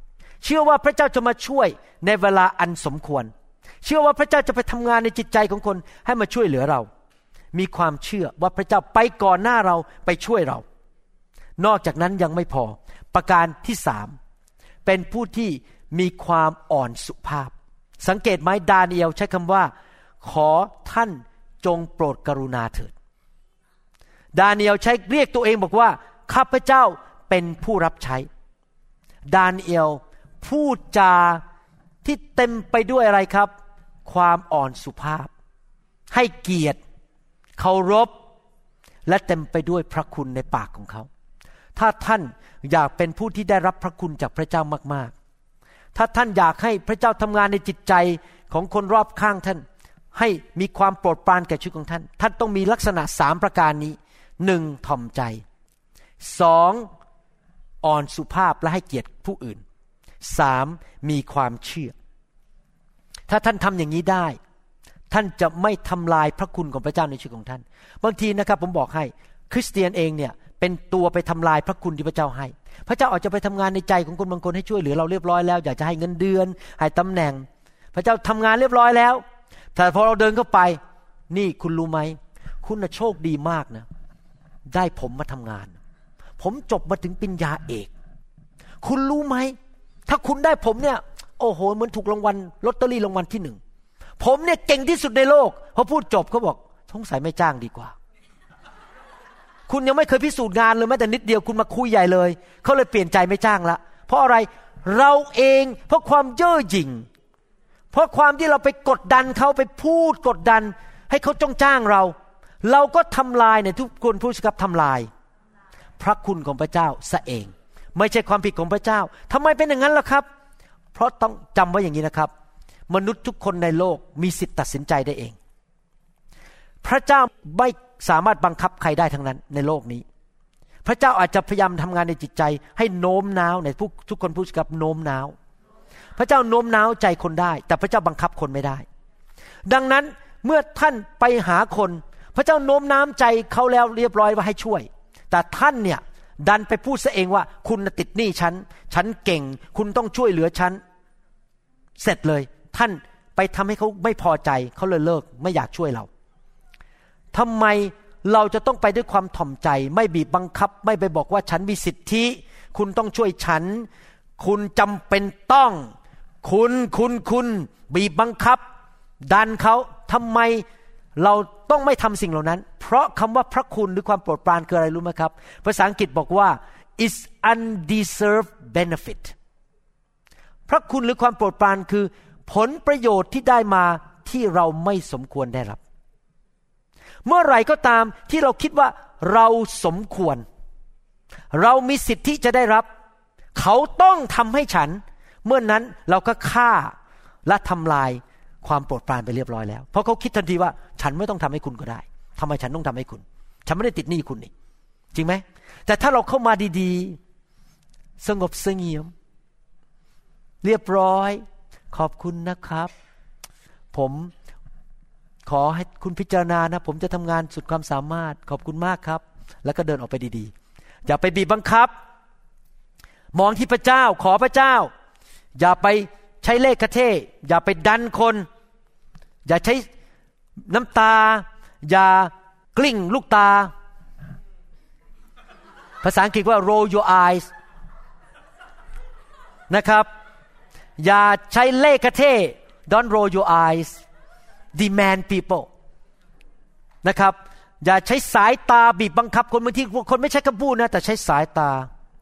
เชื่อว่าพระเจ้าจะมาช่วยในเวลาอันสมควรเชื่อว่าพระเจ้าจะไปทำงานในจิตใจของคนให้มาช่วยเหลือเรามีความเชื่อว่าพระเจ้าไปก่อนหน้าเราไปช่วยเรานอกจากนั้นยังไม่พอประการที่3เป็นผู้ที่มีความอ่อนสุภาพสังเกตไหมดาเนียลใช้คำว่าขอท่านจงโปรดกรุณาเถิดดาเนียลใช้เรียกตัวเองบอกว่าข้าพเจ้าเป็นผู้รับใช้ดาเนียลพูดจาที่เต็มไปด้วยอะไรครับความอ่อนสุภาพให้เกียรติเคารพและเต็มไปด้วยพระคุณในปากของเขาถ้าท่านอยากเป็นผู้ที่ได้รับพระคุณจากพระเจ้ามากๆถ้าท่านอยากให้พระเจ้าทำงานในจิตใจของคนรอบข้างท่านให้มีความโปรดปรานแก่ชีวิตของท่านท่านต้องมีลักษณะ3ประการนี้1ถ่อมใจ2อ่อนสุภาพและให้เกียรติผู้อื่น3มีความเชื่อถ้าท่านทำอย่างนี้ได้ท่านจะไม่ทำลายพระคุณของพระเจ้าในชีวิตของท่านบางทีนะครับผมบอกให้คริสเตียนเองเนี่ยเป็นตัวไปทำลายพระคุณที่พระเจ้าให้พระเจ้าอาจจะไปทำงานในใจของคนบางคนให้ช่วยเหลือเราเรียบร้อยแล้วอยากจะให้เงินเดือนให้ตำแหน่งพระเจ้าทำงานเรียบร้อยแล้วแต่พอเราเดินเข้าไปนี่คุณรู้ไหมคุณน่ะโชคดีมากนะได้ผมมาทำงานผมจบมาถึงปริญญาเอกคุณรู้ไหมถ้าคุณได้ผมเนี่ยโอ้โหเหมือนถูกรางวัลลอตเตอรี่รางวัลที่1ผมเนี่ยเก่งที่สุดในโลกพอพูดจบเขาบอกสงสัยไม่จ้างดีกว่าคุณยังไม่เคยพิสูจน์งานเลยแม้แต่นิดเดียวคุณมาคุยใหญ่เลยเขาเลยเปลี่ยนใจไม่จ้างละเพราะอะไรเราเองเพราะความเย่อหยิ่งเพราะความที่เราไปกดดันเขาไปพูดกดดันให้เขาจ้างเราก็ทำลายในทุกคนผู้ชับทำลายพระคุณของพระเจ้าซะเองไม่ใช่ความผิดของพระเจ้าทำไมเป็นอย่างนั้นล่ะครับเพราะต้องจำไว้อย่างนี้นะครับมนุษย์ทุกคนในโลกมีสิทธิ์ตัดสินใจได้เองพระเจ้าไม่สามารถบังคับใครได้ทั้งนั้นในโลกนี้พระเจ้าอาจจะพยายามทำงานในจิตใจให้โน้มน้าวในทุกคนพูดกับโน้มน้าวพระเจ้าโน้มน้าวใจคนได้แต่พระเจ้าบังคับคนไม่ได้ดังนั้นเมื่อท่านไปหาคนพระเจ้าโน้มน้าวใจเขาแล้วเรียบร้อยว่าให้ช่วยแต่ท่านเนี่ยดันไปพูดซะเองว่าคุณติดหนี้ฉันเก่งคุณต้องช่วยเหลือฉันเสร็จเลยท่านไปทำให้เขาไม่พอใจเขาเลยเลิกไม่อยากช่วยเราทำไมเราจะต้องไปด้วยความถ่อมใจไม่บีบบังคับไม่ไปบอกว่าฉันมีสิทธิคุณต้องช่วยฉันคุณจำเป็นต้องคุณบีบบังคับดันเขาทำไมเราต้องไม่ทำสิ่งเหล่านั้นเพราะคำว่าพระคุณหรือความโปรดปรานคืออะไรรู้ไหมครับภาษาอังกฤษบอกว่า is undeserved benefit พระคุณหรือความโปรดปรานคือผลประโยชน์ที่ได้มาที่เราไม่สมควรได้รับเมื่อไหร่ก็ตามที่เราคิดว่าเราสมควรเรามีสิทธิจะได้รับเขาต้องทำให้ฉันเมื่อนั้นเราก็ฆ่าและทำลายความโปรดปรานไปเรียบร้อยแล้วเพราะเขาคิดทันทีว่าฉันไม่ต้องทำให้คุณก็ได้ทำไมฉันต้องทำให้คุณฉันไม่ได้ติดหนี้คุณนี่จริงไหมแต่ถ้าเราเข้ามาดีๆสงบเสงี่ยมเรียบร้อยขอบคุณนะครับผมขอให้คุณพิจารณานะผมจะทำงานสุดความสามารถขอบคุณมากครับแล้วก็เดินออกไปดีๆอย่าไปบีบบังคับมองที่พระเจ้าขอพระเจ้าอย่าไปใช้เล่ห์กระเทอย่าไปดันคนอย่าใช้น้ำตาอย่ากลิ้งลูกตาภาษาอังกฤษว่า roll your eyes นะครับอย่าใช้เล่ห์กระเท don't roll your eyes demand people นะครับอย่าใช้สายตาบีบบังคับคนบางทีคนไม่ใช่คำพูดนะแต่ใช้สายตา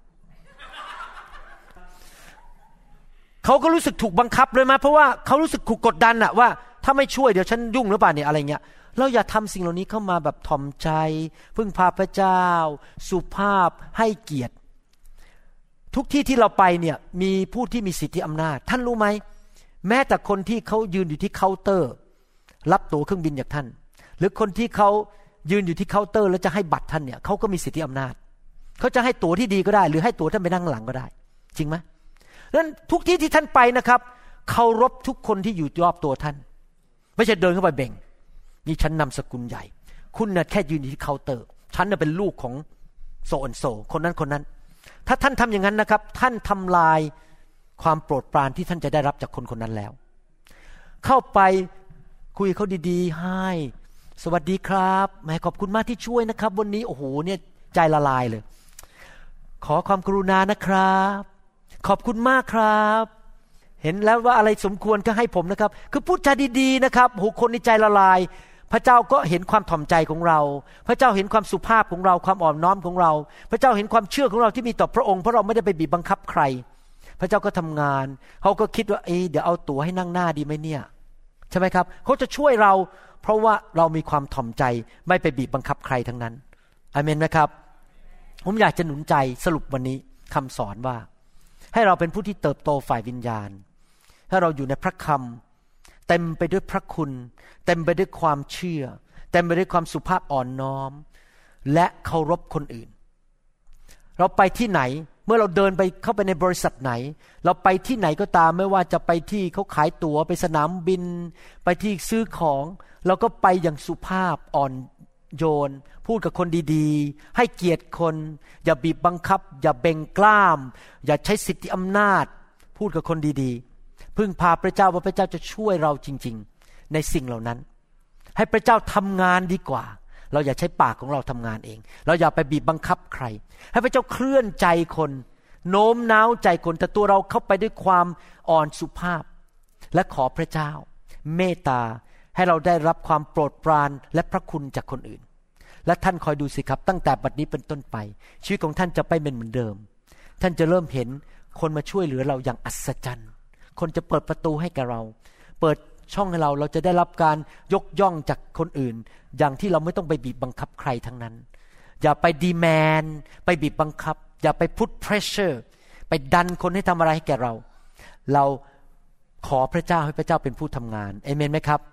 เขาก็รู้สึกถูกบังคับเลยมั้ยเพราะว่าเขารู้สึกถูกกดดันอะว่าถ้าไม่ช่วยเดี๋ยวฉันยุ่งหรือเปล่าเนี่ยอะไรเงี้ยเราอย่าทำสิ่งเหล่านี้เข้ามาแบบถ่อมใจพึ่งพาพระเจ้าสุภาพให้เกียรติทุกที่ที่เราไปเนี่ยมีผู้ที่มีสิทธิอำนาจท่านรู้ไหมแม้แต่คนที่เขายืนอยู่ที่เคาน์เตอร์รับตั๋วเครื่องบินจากท่านหรือคนที่เขายืนอยู่ที่เคาน์เตอร์แล้วจะให้บัตรท่านเนี่ยเขาก็มีสิทธิอำนาจเขาจะให้ตั๋วที่ดีก็ได้หรือให้ตั๋วท่านไปนั่งหลังก็ได้จริงไหมนั้นทุกที่ที่ท่านไปนะครับเคารพทุกคนที่อยู่รอบตัวท่านไม่ใช่เดินเข้าไปเบ่งนี่ฉันนำสกุลใหญ่คุณน่ะแค่ยืนอยู่ที่เคาน์เตอร์ฉันน่ะเป็นลูกของโซนโซคนนั้นถ้าท่านทำอย่างนั้นนะครับท่านทำลายความโปรดปรานที่ท่านจะได้รับจากคนคนนั้นแล้วเข้าไปคุยเขาดีๆให้สวัสดีครับแหมขอบคุณมากที่ช่วยนะครับวันนี้โอ้โหเนี่ยใจละลายเลยขอความกรุณานะครับขอบคุณมากครับเห็นแล้วว่าอะไรสมควรก็ให้ผมนะครับคือพูดจาดีๆนะครับโอ้โหคนในใจละลายพระเจ้าก็เห็นความถ่อมใจของเราพระเจ้าเห็นความสุภาพของเราความอ่อนน้อมของเราพระเจ้าเห็นความเชื่อของเราที่มีต่อพระองค์เพราะเราไม่ได้ไปบีบบังคับใครพระเจ้าก็ทำงานเขาก็คิดว่าเดี๋ยวเอาตั๋วให้นั่งหน้าดีไหมเนี่ยใช่ไหมครับเขาจะช่วยเราเพราะว่าเรามีความถ่อมใจไม่ไปบีบบังคับใครทั้งนั้นอาเมนไหมครับผมอยากจะหนุนใจสรุปวันนี้คำสอนว่าให้เราเป็นผู้ที่เติบโตฝ่ายวิญญาณถ้าเราอยู่ในพระคำเต็มไปด้วยพระคุณเต็มไปด้วยความเชื่อเต็มไปด้วยความสุภาพอ่อนน้อมและเคารพคนอื่นเราไปที่ไหนเมื่อเราเดินไปเข้าไปในบริษัทไหนเราไปที่ไหนก็ตามไม่ว่าจะไปที่เขาขายตั๋วไปสนามบินไปที่ซื้อของเราก็ไปอย่างสุภาพอ่อนโยนพูดกับคนดีๆให้เกียรติคนอย่าบีบบังคับอย่าเบ่งกล้ามอย่าใช้สิทธิอำนาจพูดกับคนดีๆพึ่งพาพระเจ้าว่าพระเจ้าจะช่วยเราจริงๆในสิ่งเหล่านั้นให้พระเจ้าทำงานดีกว่าเราอย่าใช้ปากของเราทำงานเองเราอย่าไปบีบบังคับใครให้พระเจ้าเคลื่อนใจคนโน้มน้าวใจคนแต่ตัวเราเข้าไปด้วยความอ่อนสุภาพและขอพระเจ้าเมตตาให้เราได้รับความโปรดปรานและพระคุณจากคนอื่นและท่านคอยดูสิครับตั้งแต่บัดนี้เป็นต้นไปชีวิตของท่านจะไม่เป็นเหมือนเดิมท่านจะเริ่มเห็นคนมาช่วยเหลือเราอย่างอัศจรรย์คนจะเปิดประตูให้กับเราเปิดช่องให้เราจะได้รับการยกย่องจากคนอื่นอย่างที่เราไม่ต้องไปบีบบังคับใครทั้งนั้นอย่าไปดีแมนไปบีบบังคับอย่าไปพุทเพรสเชอร์ไปดันคนให้ทำอะไรให้แก่เราเราขอพระเจ้าให้พระเจ้าเป็นผู้ทำงานเอเมนไหมครับ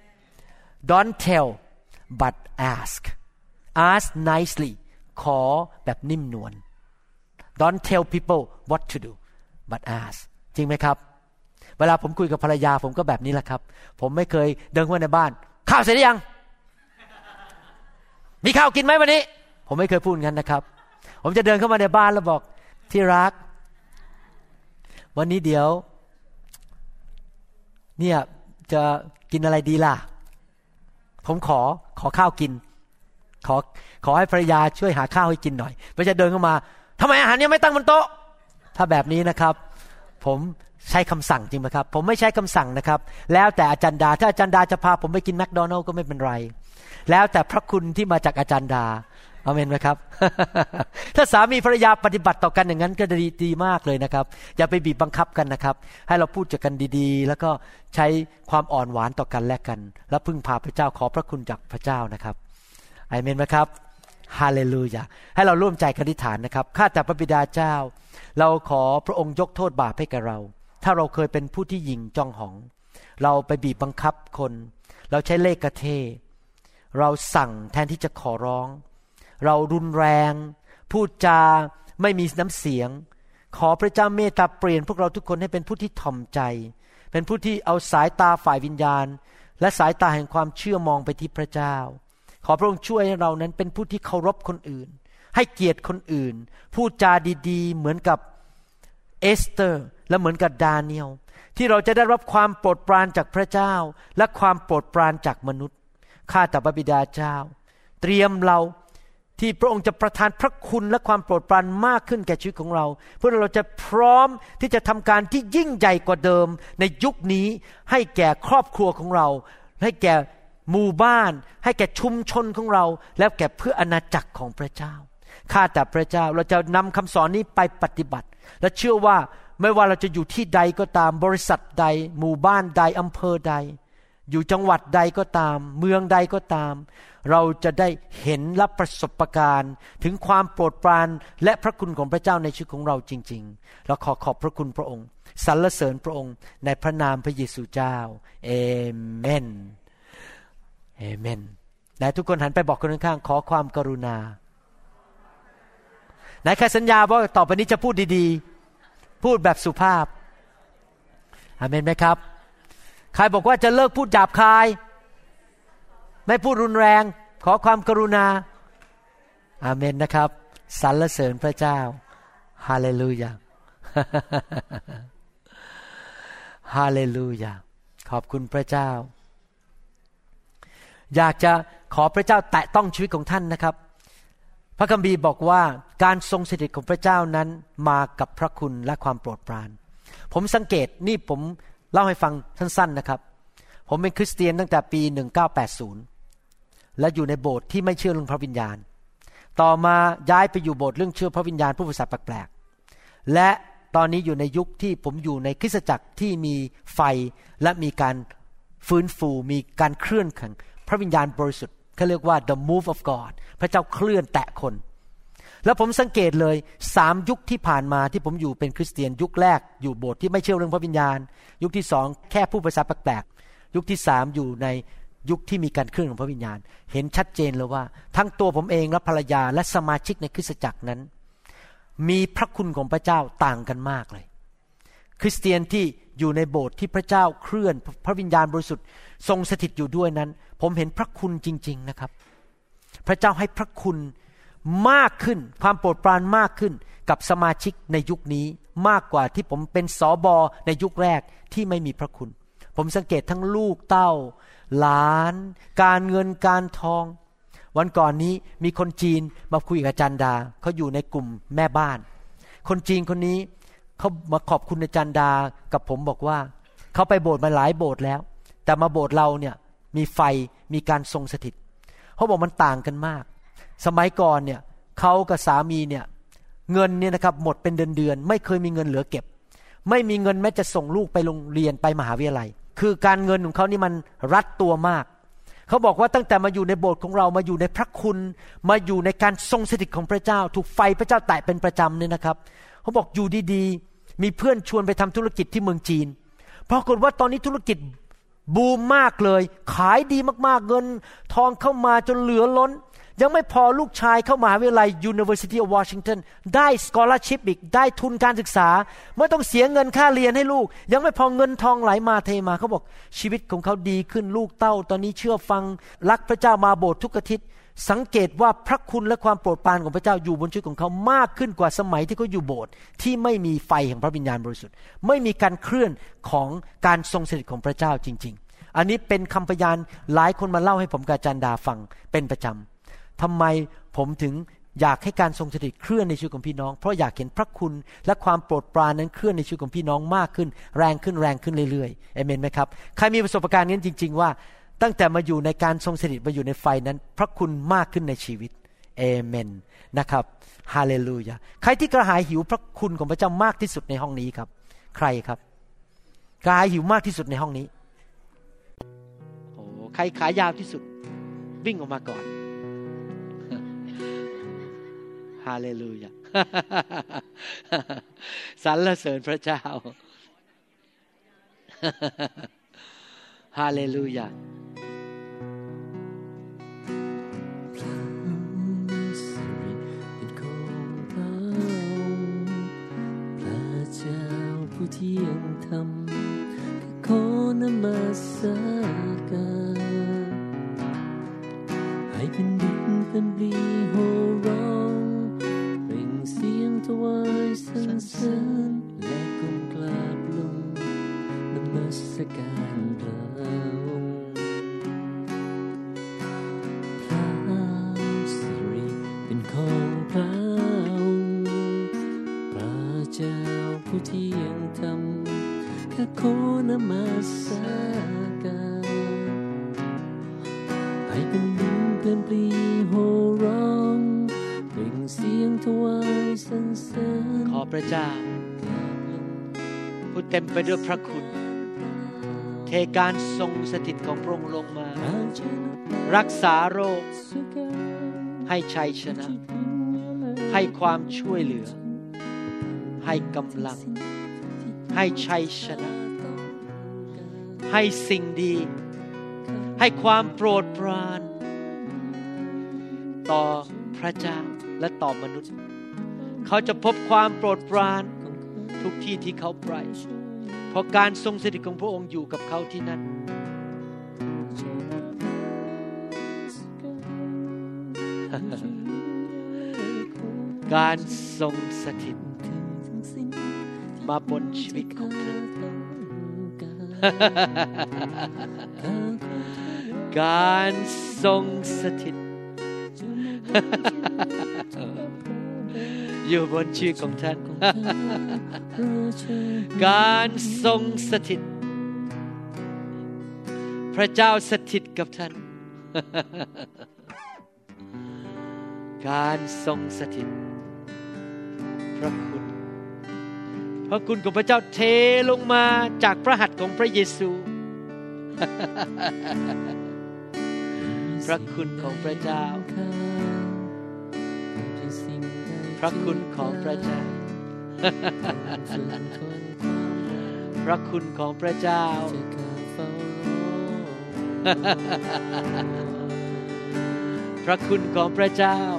Don't tell but ask ask nicely ขอแบบนิ่มนวล Don't tell people what to do but ask จริงไหมครับเวลาผมคุยกับภรรยาผมก็แบบนี้แหละครับผมไม่เคยเดินเข้ามาในบ้านข้าวเสร็จหรือยังมีข้าวกินไหมวันนี้ผมไม่เคยพูดงั้นนะครับผมจะเดินเข้ามาในบ้านแล้วบอกที่รักวันนี้เดี๋ยวเนี่ยจะกินอะไรดีล่ะผมขอข้าวกินขอให้ภรรยาช่วยหาข้าวให้กินหน่อยไม่ใช่เดินเข้ามาทำไมอาหารยังไม่ตั้งบนโต๊ะถ้าแบบนี้นะครับผมใช้คำสั่งจริงไหมครับผมไม่ใช้คำสั่งนะครับแล้วแต่อาจารย์ดาถ้าอาจารย์ดาจะพาผมไปกินแมคโดนัลด์ก็ไม่เป็นไรแล้วแต่พระคุณที่มาจากอาจารย์ดาอาเมนไหมครับ ถ้าสามีภรรยาปฏิบัติต่อกันอย่างนั้นก็ดีมากเลยนะครับอย่าไปบีบบังคับกันนะครับให้เราพูดกันดีๆแล้วก็ใช้ความอ่อนหวานต่อกันและกันและพึ่งพาพระเจ้าขอพระคุณจากพระเจ้านะครับอาเมนไหมครับฮาเลลูยาให้เราร่วมใจกันอธิษฐานนะครับข้าแต่พระบิดาเจ้าเราขอพระองค์ยกโทษบาปให้แก่เราถ้าเราเคยเป็นผู้ที่หยิ่งจองหองเราไปบีบบังคับคนเราใช้เล่ห์กระเทเราสั่งแทนที่จะขอร้องเรารุนแรงพูดจาไม่มีน้ำเสียงขอพระเจ้าเมตตาเปลี่ยนพวกเราทุกคนให้เป็นผู้ที่ถ่อมใจเป็นผู้ที่เอาสายตาฝ่ายวิญญาณและสายตาแห่งความเชื่อมองไปที่พระเจ้าขอพระองค์ช่วยให้เรานั้นเป็นผู้ที่เคารพคนอื่นให้เกียรติคนอื่นพูดจาดีๆเหมือนกับเอสเตอร์และเหมือนกับดาเนียลที่เราจะได้รับความโปรดปรานจากพระเจ้าและความโปรดปรานจากมนุษย์ข้าแต่พระบิดาเจ้าเตรียมเราที่พระองค์จะประทานพระคุณและความโปรดปรานมากขึ้นแก่ชีวิตของเราเพื่อเราจะพร้อมที่จะทำการที่ยิ่งใหญ่กว่าเดิมในยุคนี้ให้แก่ครอบครัวของเราให้แก่หมู่บ้านให้แก่ชุมชนของเราและแก่เพื่ออาณาจักรของพระเจ้าข้าแต่พระเจ้าเราจะนำคำสอนนี้ไปปฏิบัติและเชื่อว่าไม่ว่าเราจะอยู่ที่ใดก็ตามบริษัทใดหมู่บ้านใดอำเภอใดอยู่จังหวัดใดก็ตามเมืองใดก็ตามเราจะได้เห็นและประสบการณ์ถึงความโปรดปรานและพระคุณของพระเจ้าในชีวิตของเราจริงๆเราขอบพระคุณพระองค์สรรเสริญพระองค์ในพระนามพระเยซูเจ้าเอเมนเอเมนและทุกคนหันไปบอกคนข้างๆขอความกรุณาไหนใครสัญญาว่าต่อไปนี้จะพูดดีๆพูดแบบสุภาพอาเมนไหมครับใครบอกว่าจะเลิกพูดหยาบคายไม่พูดรุนแรงขอความกรุณาอาเมนนะครับสรรเสริญพระเจ้าฮาเลลูยาฮาเลลูยาขอบคุณพระเจ้าอยากจะขอพระเจ้าแตะต้องชีวิตของท่านนะครับพระคัมภีร์บอกว่าการทรงสถิตของพระเจ้านั้นมากับพระคุณและความโปรดปรานผมสังเกตนี่ผมเล่าให้ฟังสั้นๆนะครับผมเป็นคริสเตียนตั้งแต่ปี1980และอยู่ในโบสถ์ที่ไม่เชื่อเรื่องพระวิญญาณต่อมาย้ายไปอยู่โบสถ์เรื่องเชื่อพระวิญญาณผู้ประเสริฐแปลกๆและตอนนี้อยู่ในยุคที่ผมอยู่ในคริสตจักรที่มีไฟและมีการฟื้นฟูมีการเคลื่อนของพระวิญญาณบริสุทธิ์เขาเรียกว่า the move of God พระเจ้าเคลื่อนแตะคนแล้วผมสังเกตเลย3ยุคที่ผ่านมาที่ผมอยู่เป็นคริสเตียนยุคแรกอยู่โบสถ์ที่ไม่เชื่อเรื่องพระวิญญาณยุคที่2แค่ผู้ภาษาแปลกๆยุคที่3อยู่ในยุคที่มีการเคลื่อนของพระวิญญาณเห็นชัดเจนเลยว่าทั้งตัวผมเองและภรรยาและสมาชิกในคริสตจักรนั้นมีพระคุณของพระเจ้าต่างกันมากเลยคริสเตียนที่อยู่ในโบสถ์ที่พระเจ้าเคลื่อนพระวิญญาณบริสุทธิ์ทรงสถิตอยู่ด้วยนั้นผมเห็นพระคุณจริงๆนะครับพระเจ้าให้พระคุณมากขึ้นความโปรดปรานมากขึ้นกับสมาชิกในยุคนี้มากกว่าที่ผมเป็นสบในยุคแรกที่ไม่มีพระคุณผมสังเกตทั้งลูกเต้าหลานการเงินการทองวันก่อนนี้มีคนจีนมาคุยกับอาจารย์ดาเขาอยู่ในกลุ่มแม่บ้านคนจีนคนนี้เขามาขอบคุณอาจารย์ดากับผมบอกว่าเขาไปโบสถ์มาหลายโบสถ์แล้วแต่มาโบสถ์เราเนี่ยมีไฟมีการทรงสถิตเขาบอกมันต่างกันมากสมัยก่อนเนี่ยเขากับสามีเนี่ยเงินเนี่ยนะครับหมดเป็นเดือนๆไม่เคยมีเงินเหลือเก็บไม่มีเงินแม้จะส่งลูกไปโรงเรียนไปมหาวิทยาลัยคือการเงินของเขานี่มันรัดตัวมากเขาบอกว่าตั้งแต่มาอยู่ในโบสถ์ของเรามาอยู่ในพระคุณมาอยู่ในการทรงสถิตของพระเจ้าถูกไฟพระเจ้าแตะเป็นประจำเนี่ยนะครับเขาบอกอยู่ดีๆมีเพื่อนชวนไปทำธุรกิจที่เมืองจีนปรากฏว่าตอนนี้ธุรกิจบูมมากเลยขายดีมากๆเงินทองเข้ามาจนเหลือล้นยังไม่พอลูกชายเข้ามหาวิทยาลัย University of Washington ได้ scholarship อีกได้ทุนการศึกษาไม่ต้องเสียเงินค่าเรียนให้ลูกยังไม่พอเงินทองไหลมาเทมาเขาบอกชีวิตของเขาดีขึ้นลูกเต้าตอนนี้เชื่อฟังรักพระเจ้ามาโบสถ์ทุกอาทิตย์สังเกตว่าพระคุณและความโปรดปรานของพระเจ้าอยู่บนชีวิตของเขามากขึ้นกว่าสมัยที่เขาอยู่โบสถ์ที่ไม่มีไฟแห่งพระวิญญาณบริสุทธิ์ไม่มีการเคลื่อนของการทรงสถิตของพระเจ้าจริงๆอันนี้เป็นคำพยานหลายคนมาเล่าให้ผมกับอาจารย์ดาฟังเป็นประจำทำไมผมถึงอยากให้การทรงสถิตเคลื่อนในชีวิตของพี่น้องเพราะอยากเห็นพระคุณและความโปรดปรานนั้นเคลื่อนในชีวิตของพี่น้องมากขึ้นแรงขึ้นเรื่อยๆเอเมนไหมครับใครมีประสบการณ์นี้จริงๆว่าตั้งแต่มาอยู่ในการทรงสถิตมาอยู่ในไฟนั้นพระคุณมากขึ้นในชีวิตเอเมนนะครับฮาเลลูยาใครที่กระหายหิวพระคุณของพระเจ้ามากที่สุดในห้องนี้ครับใครครับกระหายหิวมากที่สุดในห้องนี้โอ้ใครขายาวที่สุดวิ่งออกมาก่อนฮาเลลูยาสรรเสริญพระเจ้าฮาเลลูยาผู้ที่ยังทำขอนมัสการให้เป็นดินเป็นปลีโห่ร้องเปล่งเสียงถวายสรรเสริญและก้มกราบลงนมัสการพระองค์พระสิริเป็นของพระองค์พระเจ้าผู้ที่ยังทำข้าขอนมัสการให้เป็นดินเป็นปลีโห่ร้องเปล่งเสียงถวายสรรเสริญขอพระเจ้าผู้เต็มไปด้วยพระคุณเทการทรงสถิตของพระองค์ลงมารักษาโรคให้ชัยชนะให้ความช่วยเหลือให้กำลังให้ชัยชนะให้สิ่งดีให้ความโปรดปรานต่อพระเจ้าและต่อมนุษย์เขาจะพบความโปรดปรานทุกที่ที่เขาไปเพราะการทรงสถิตของพระองค์อยู่กับเขาที่นั่นการทรงสถิตมาบนชีวิตของเธอการทรงสถิตอยู่บนชีวิตของท่านการทรงสถิตพระเจ้าสถิตกับท่านการทรงสถิตพระคุณของพระเจ้าเทลงมาจากพระหัตถ์ของพระเยซูพระคุณของพระเจ้าพระคุณของพระเจ้าพระคุณของพระเจ้าพระคุณของพระเจ้า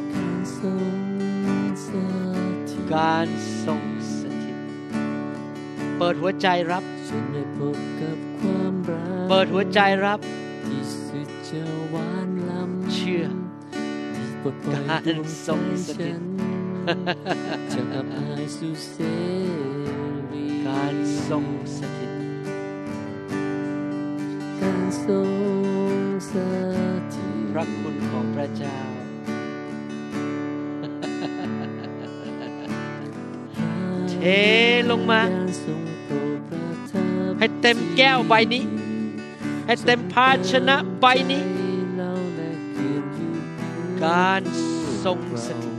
การทรงสถิตเปิดหัวใจรับเปิดหัวใจรับเชื่อการทรงสถิตการทรงสถิตพระคุณของพระเจ้าเทลงมาให้เต็มแก้วใบนี้ให้เต็มภาชนะใบนี้การทรงสถิต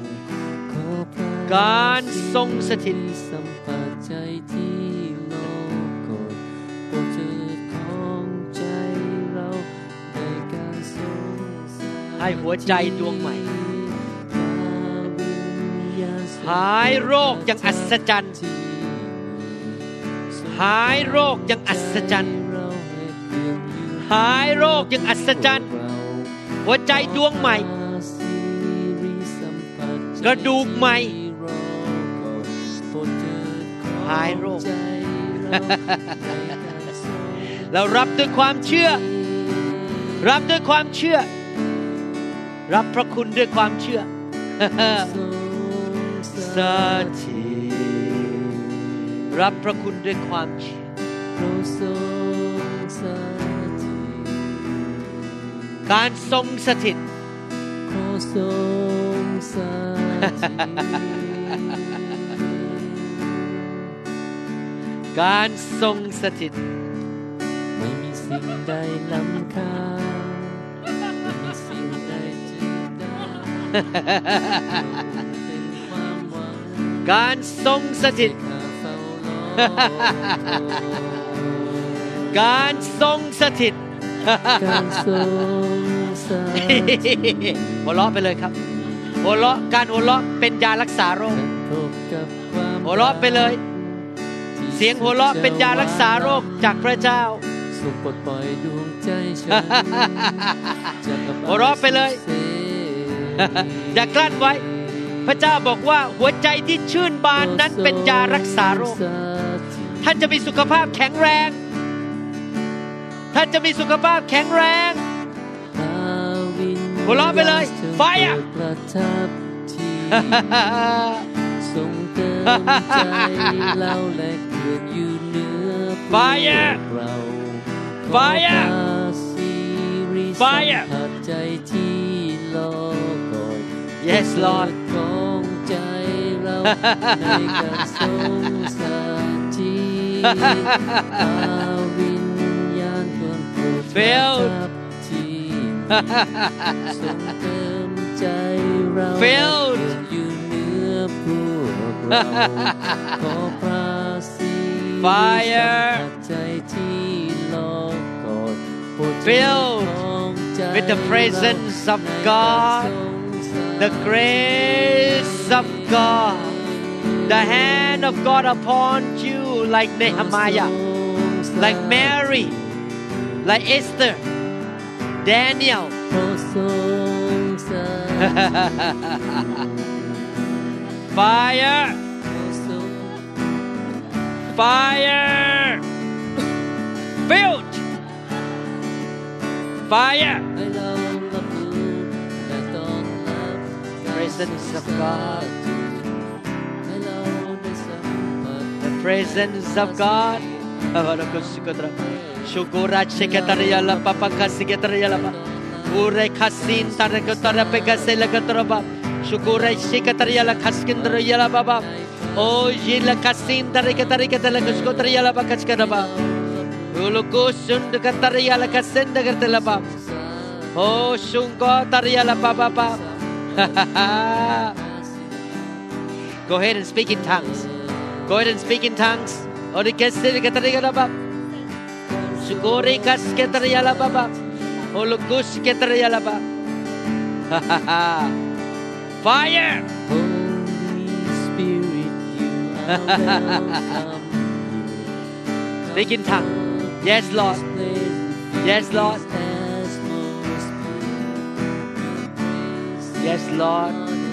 การทรงสถิตให้หัวใจดวงใหม่หายโรคอย่างอัศจรรย์หายโรคอย่างอัศจรรย์หายโรคอย่างอัศจรรย์หัวใจดวงใหม่กระดูกใหม่หายโรคเรารับด้วยความเชื่อรับด้วยความเชื่อรับพระคุณด้วยความเชื่อสถิตรับพระคุณด้วยความเชื่อการทรงสถิตการทรงสถิตไม่มีสิ่งใดล้ำค่าไม่มีสิ่งใดจืดจางเป็นความหวังการทรงสถิตการทรงสถิตการทรงสถิตหัวเราะไปเลยครับหัวเราะการหัวเราะเป็นยารักษาโรคหัวเราะไปเลยเสียงหัวเราะเป็นยารักษาโรคจากพระเจ้าทรงปลดปล่อยดวงใจฉันหัวเราะไปเลยอย่ากลั้นไว้พระเจ้าบอกว่าหัวใจที่ชื่นบานนั้นเป็นยารักษาโรคท่านจะมีสุขภาพแข็งแรงท่านจะมีสุขภาพแข็งแรงหัวเราะไปเลยไฟอ่ะทรงเติมใจเราและเกิดอยู่เหนือไฟอ่ะไฟอ่ะไฟอ่ะใจที่รอคอย Yes Lord ของใจเราในการทรงสถิตวิญญาณคนโปรดประทับที่ทรงเติมใจเราอยู่เหนือพวกเราขอพระสิริสัมผัสใจที่รอคอยโปรดของใจ with the presence of God the grace of God the hand of God upon you like Nehemiah like Mary like Esther Daniel fire fire filled fire presence of God the presence of God Shukura Shekataria la Papa Kasikataria la Ure Kasin Tarakotara Pekasela Katraba Shukura Shekataria la Kaskindria la Baba Oh Jila Kasin Tarakataria Kaskotaria la Bakaskaraba Ulukusun Kataria la Kasenda Katalaba Oh Shungo Taria la Baba Go ahead and speak in tongues. Go ahead and speak in tongues. Orikesiri Kataria la Baba Shukuri Kaskataria la Baba Ulukus Kataria la Baba Fire! Holy Spirit, you are welcome. Speak in tongue. Yes, Lord. Yes, Lord. Yes, Lord.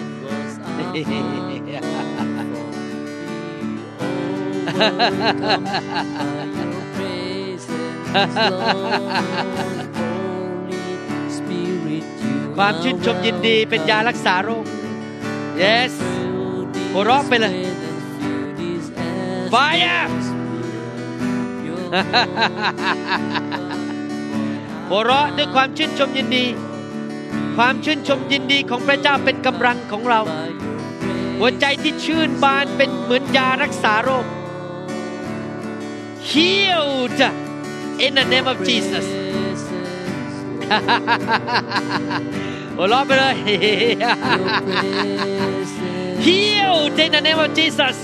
ความชื่นชมยินดีเป็นยารักษาโรค Yes หัวเราะไปเลย Fire หัวเราะด้วยความชื่นชมยินดีความชื่นชมยินดีของพระเจ้าเป็นกำลังของเราหัวใจที่ชื่นบานเป็นเหมือนยารักษาโรค Healed in the name of Jesus หัวเราะไปเลย Healed in the name of Jesus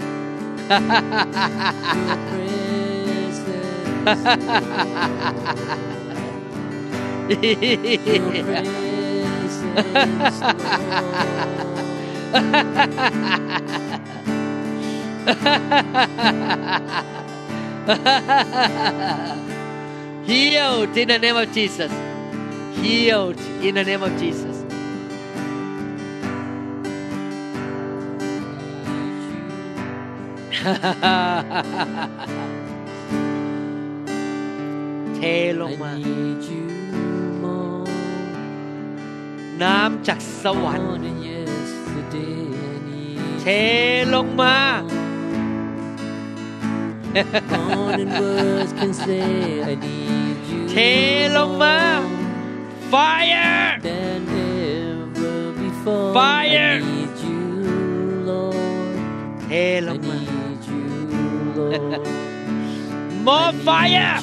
Healed in the name of Jesus. Healed in the name of Jesus.เทลงมาน้ำจากสวรรค์เทลงมาเทลงมา Fire Fire เทลงมา More fire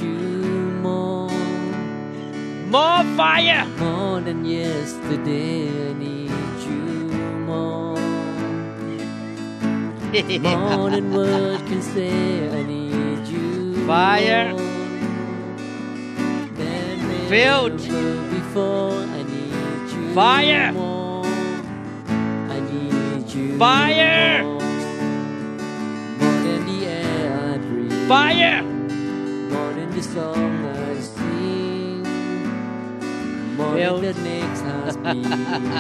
More fire More than yesterday I need you more More than words can say I need you Fire Filled before I need you Fire more I need you Fire More than the air I breathe Fire More than the song I sing More Filled. than the next heartbeat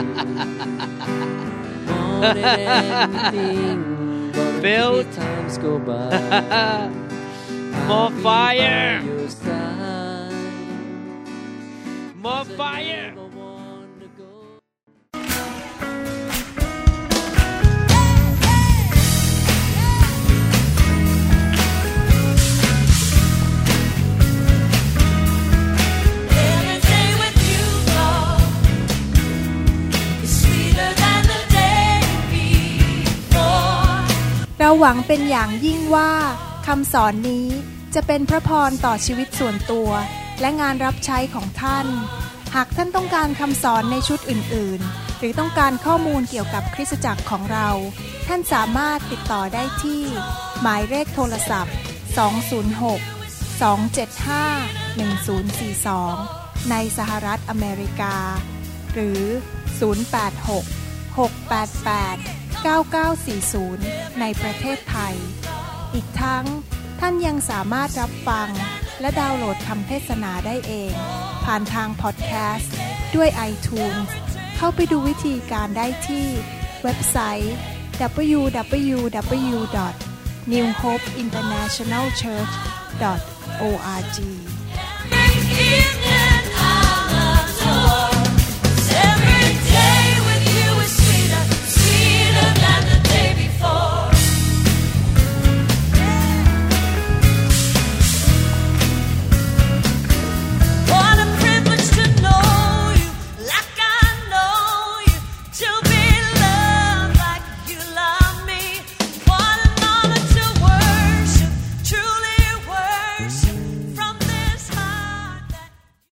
More than anything But Filled. as times go by More I'll be fire by your side More fire I never want to go Every day with you, Lord, is sweeter than the day before. เราหวังเป็นอย่างยิ่งว่าคำสอนนี้จะเป็นพระพรต่อชีวิตส่วนตัวและงานรับใช้ของท่านหากท่านต้องการคำสอนในชุดอื่นๆหรือต้องการข้อมูลเกี่ยวกับคริสตจักรของเราท่านสามารถติดต่อได้ที่หมายเลขโทรศัพท์206-275-1042ในสหรัฐอเมริกาหรือ086-688-9940ในประเทศไทยอีกทั้งท่านยังสามารถรับฟังและดาวน์โหลดคำเทศนาได้เองผ่านทางพอดแคสต์ด้วย iTunes เข้าไปดูวิธีการได้ที่เว็บไซต์ www.newhopeinternationalchurch.org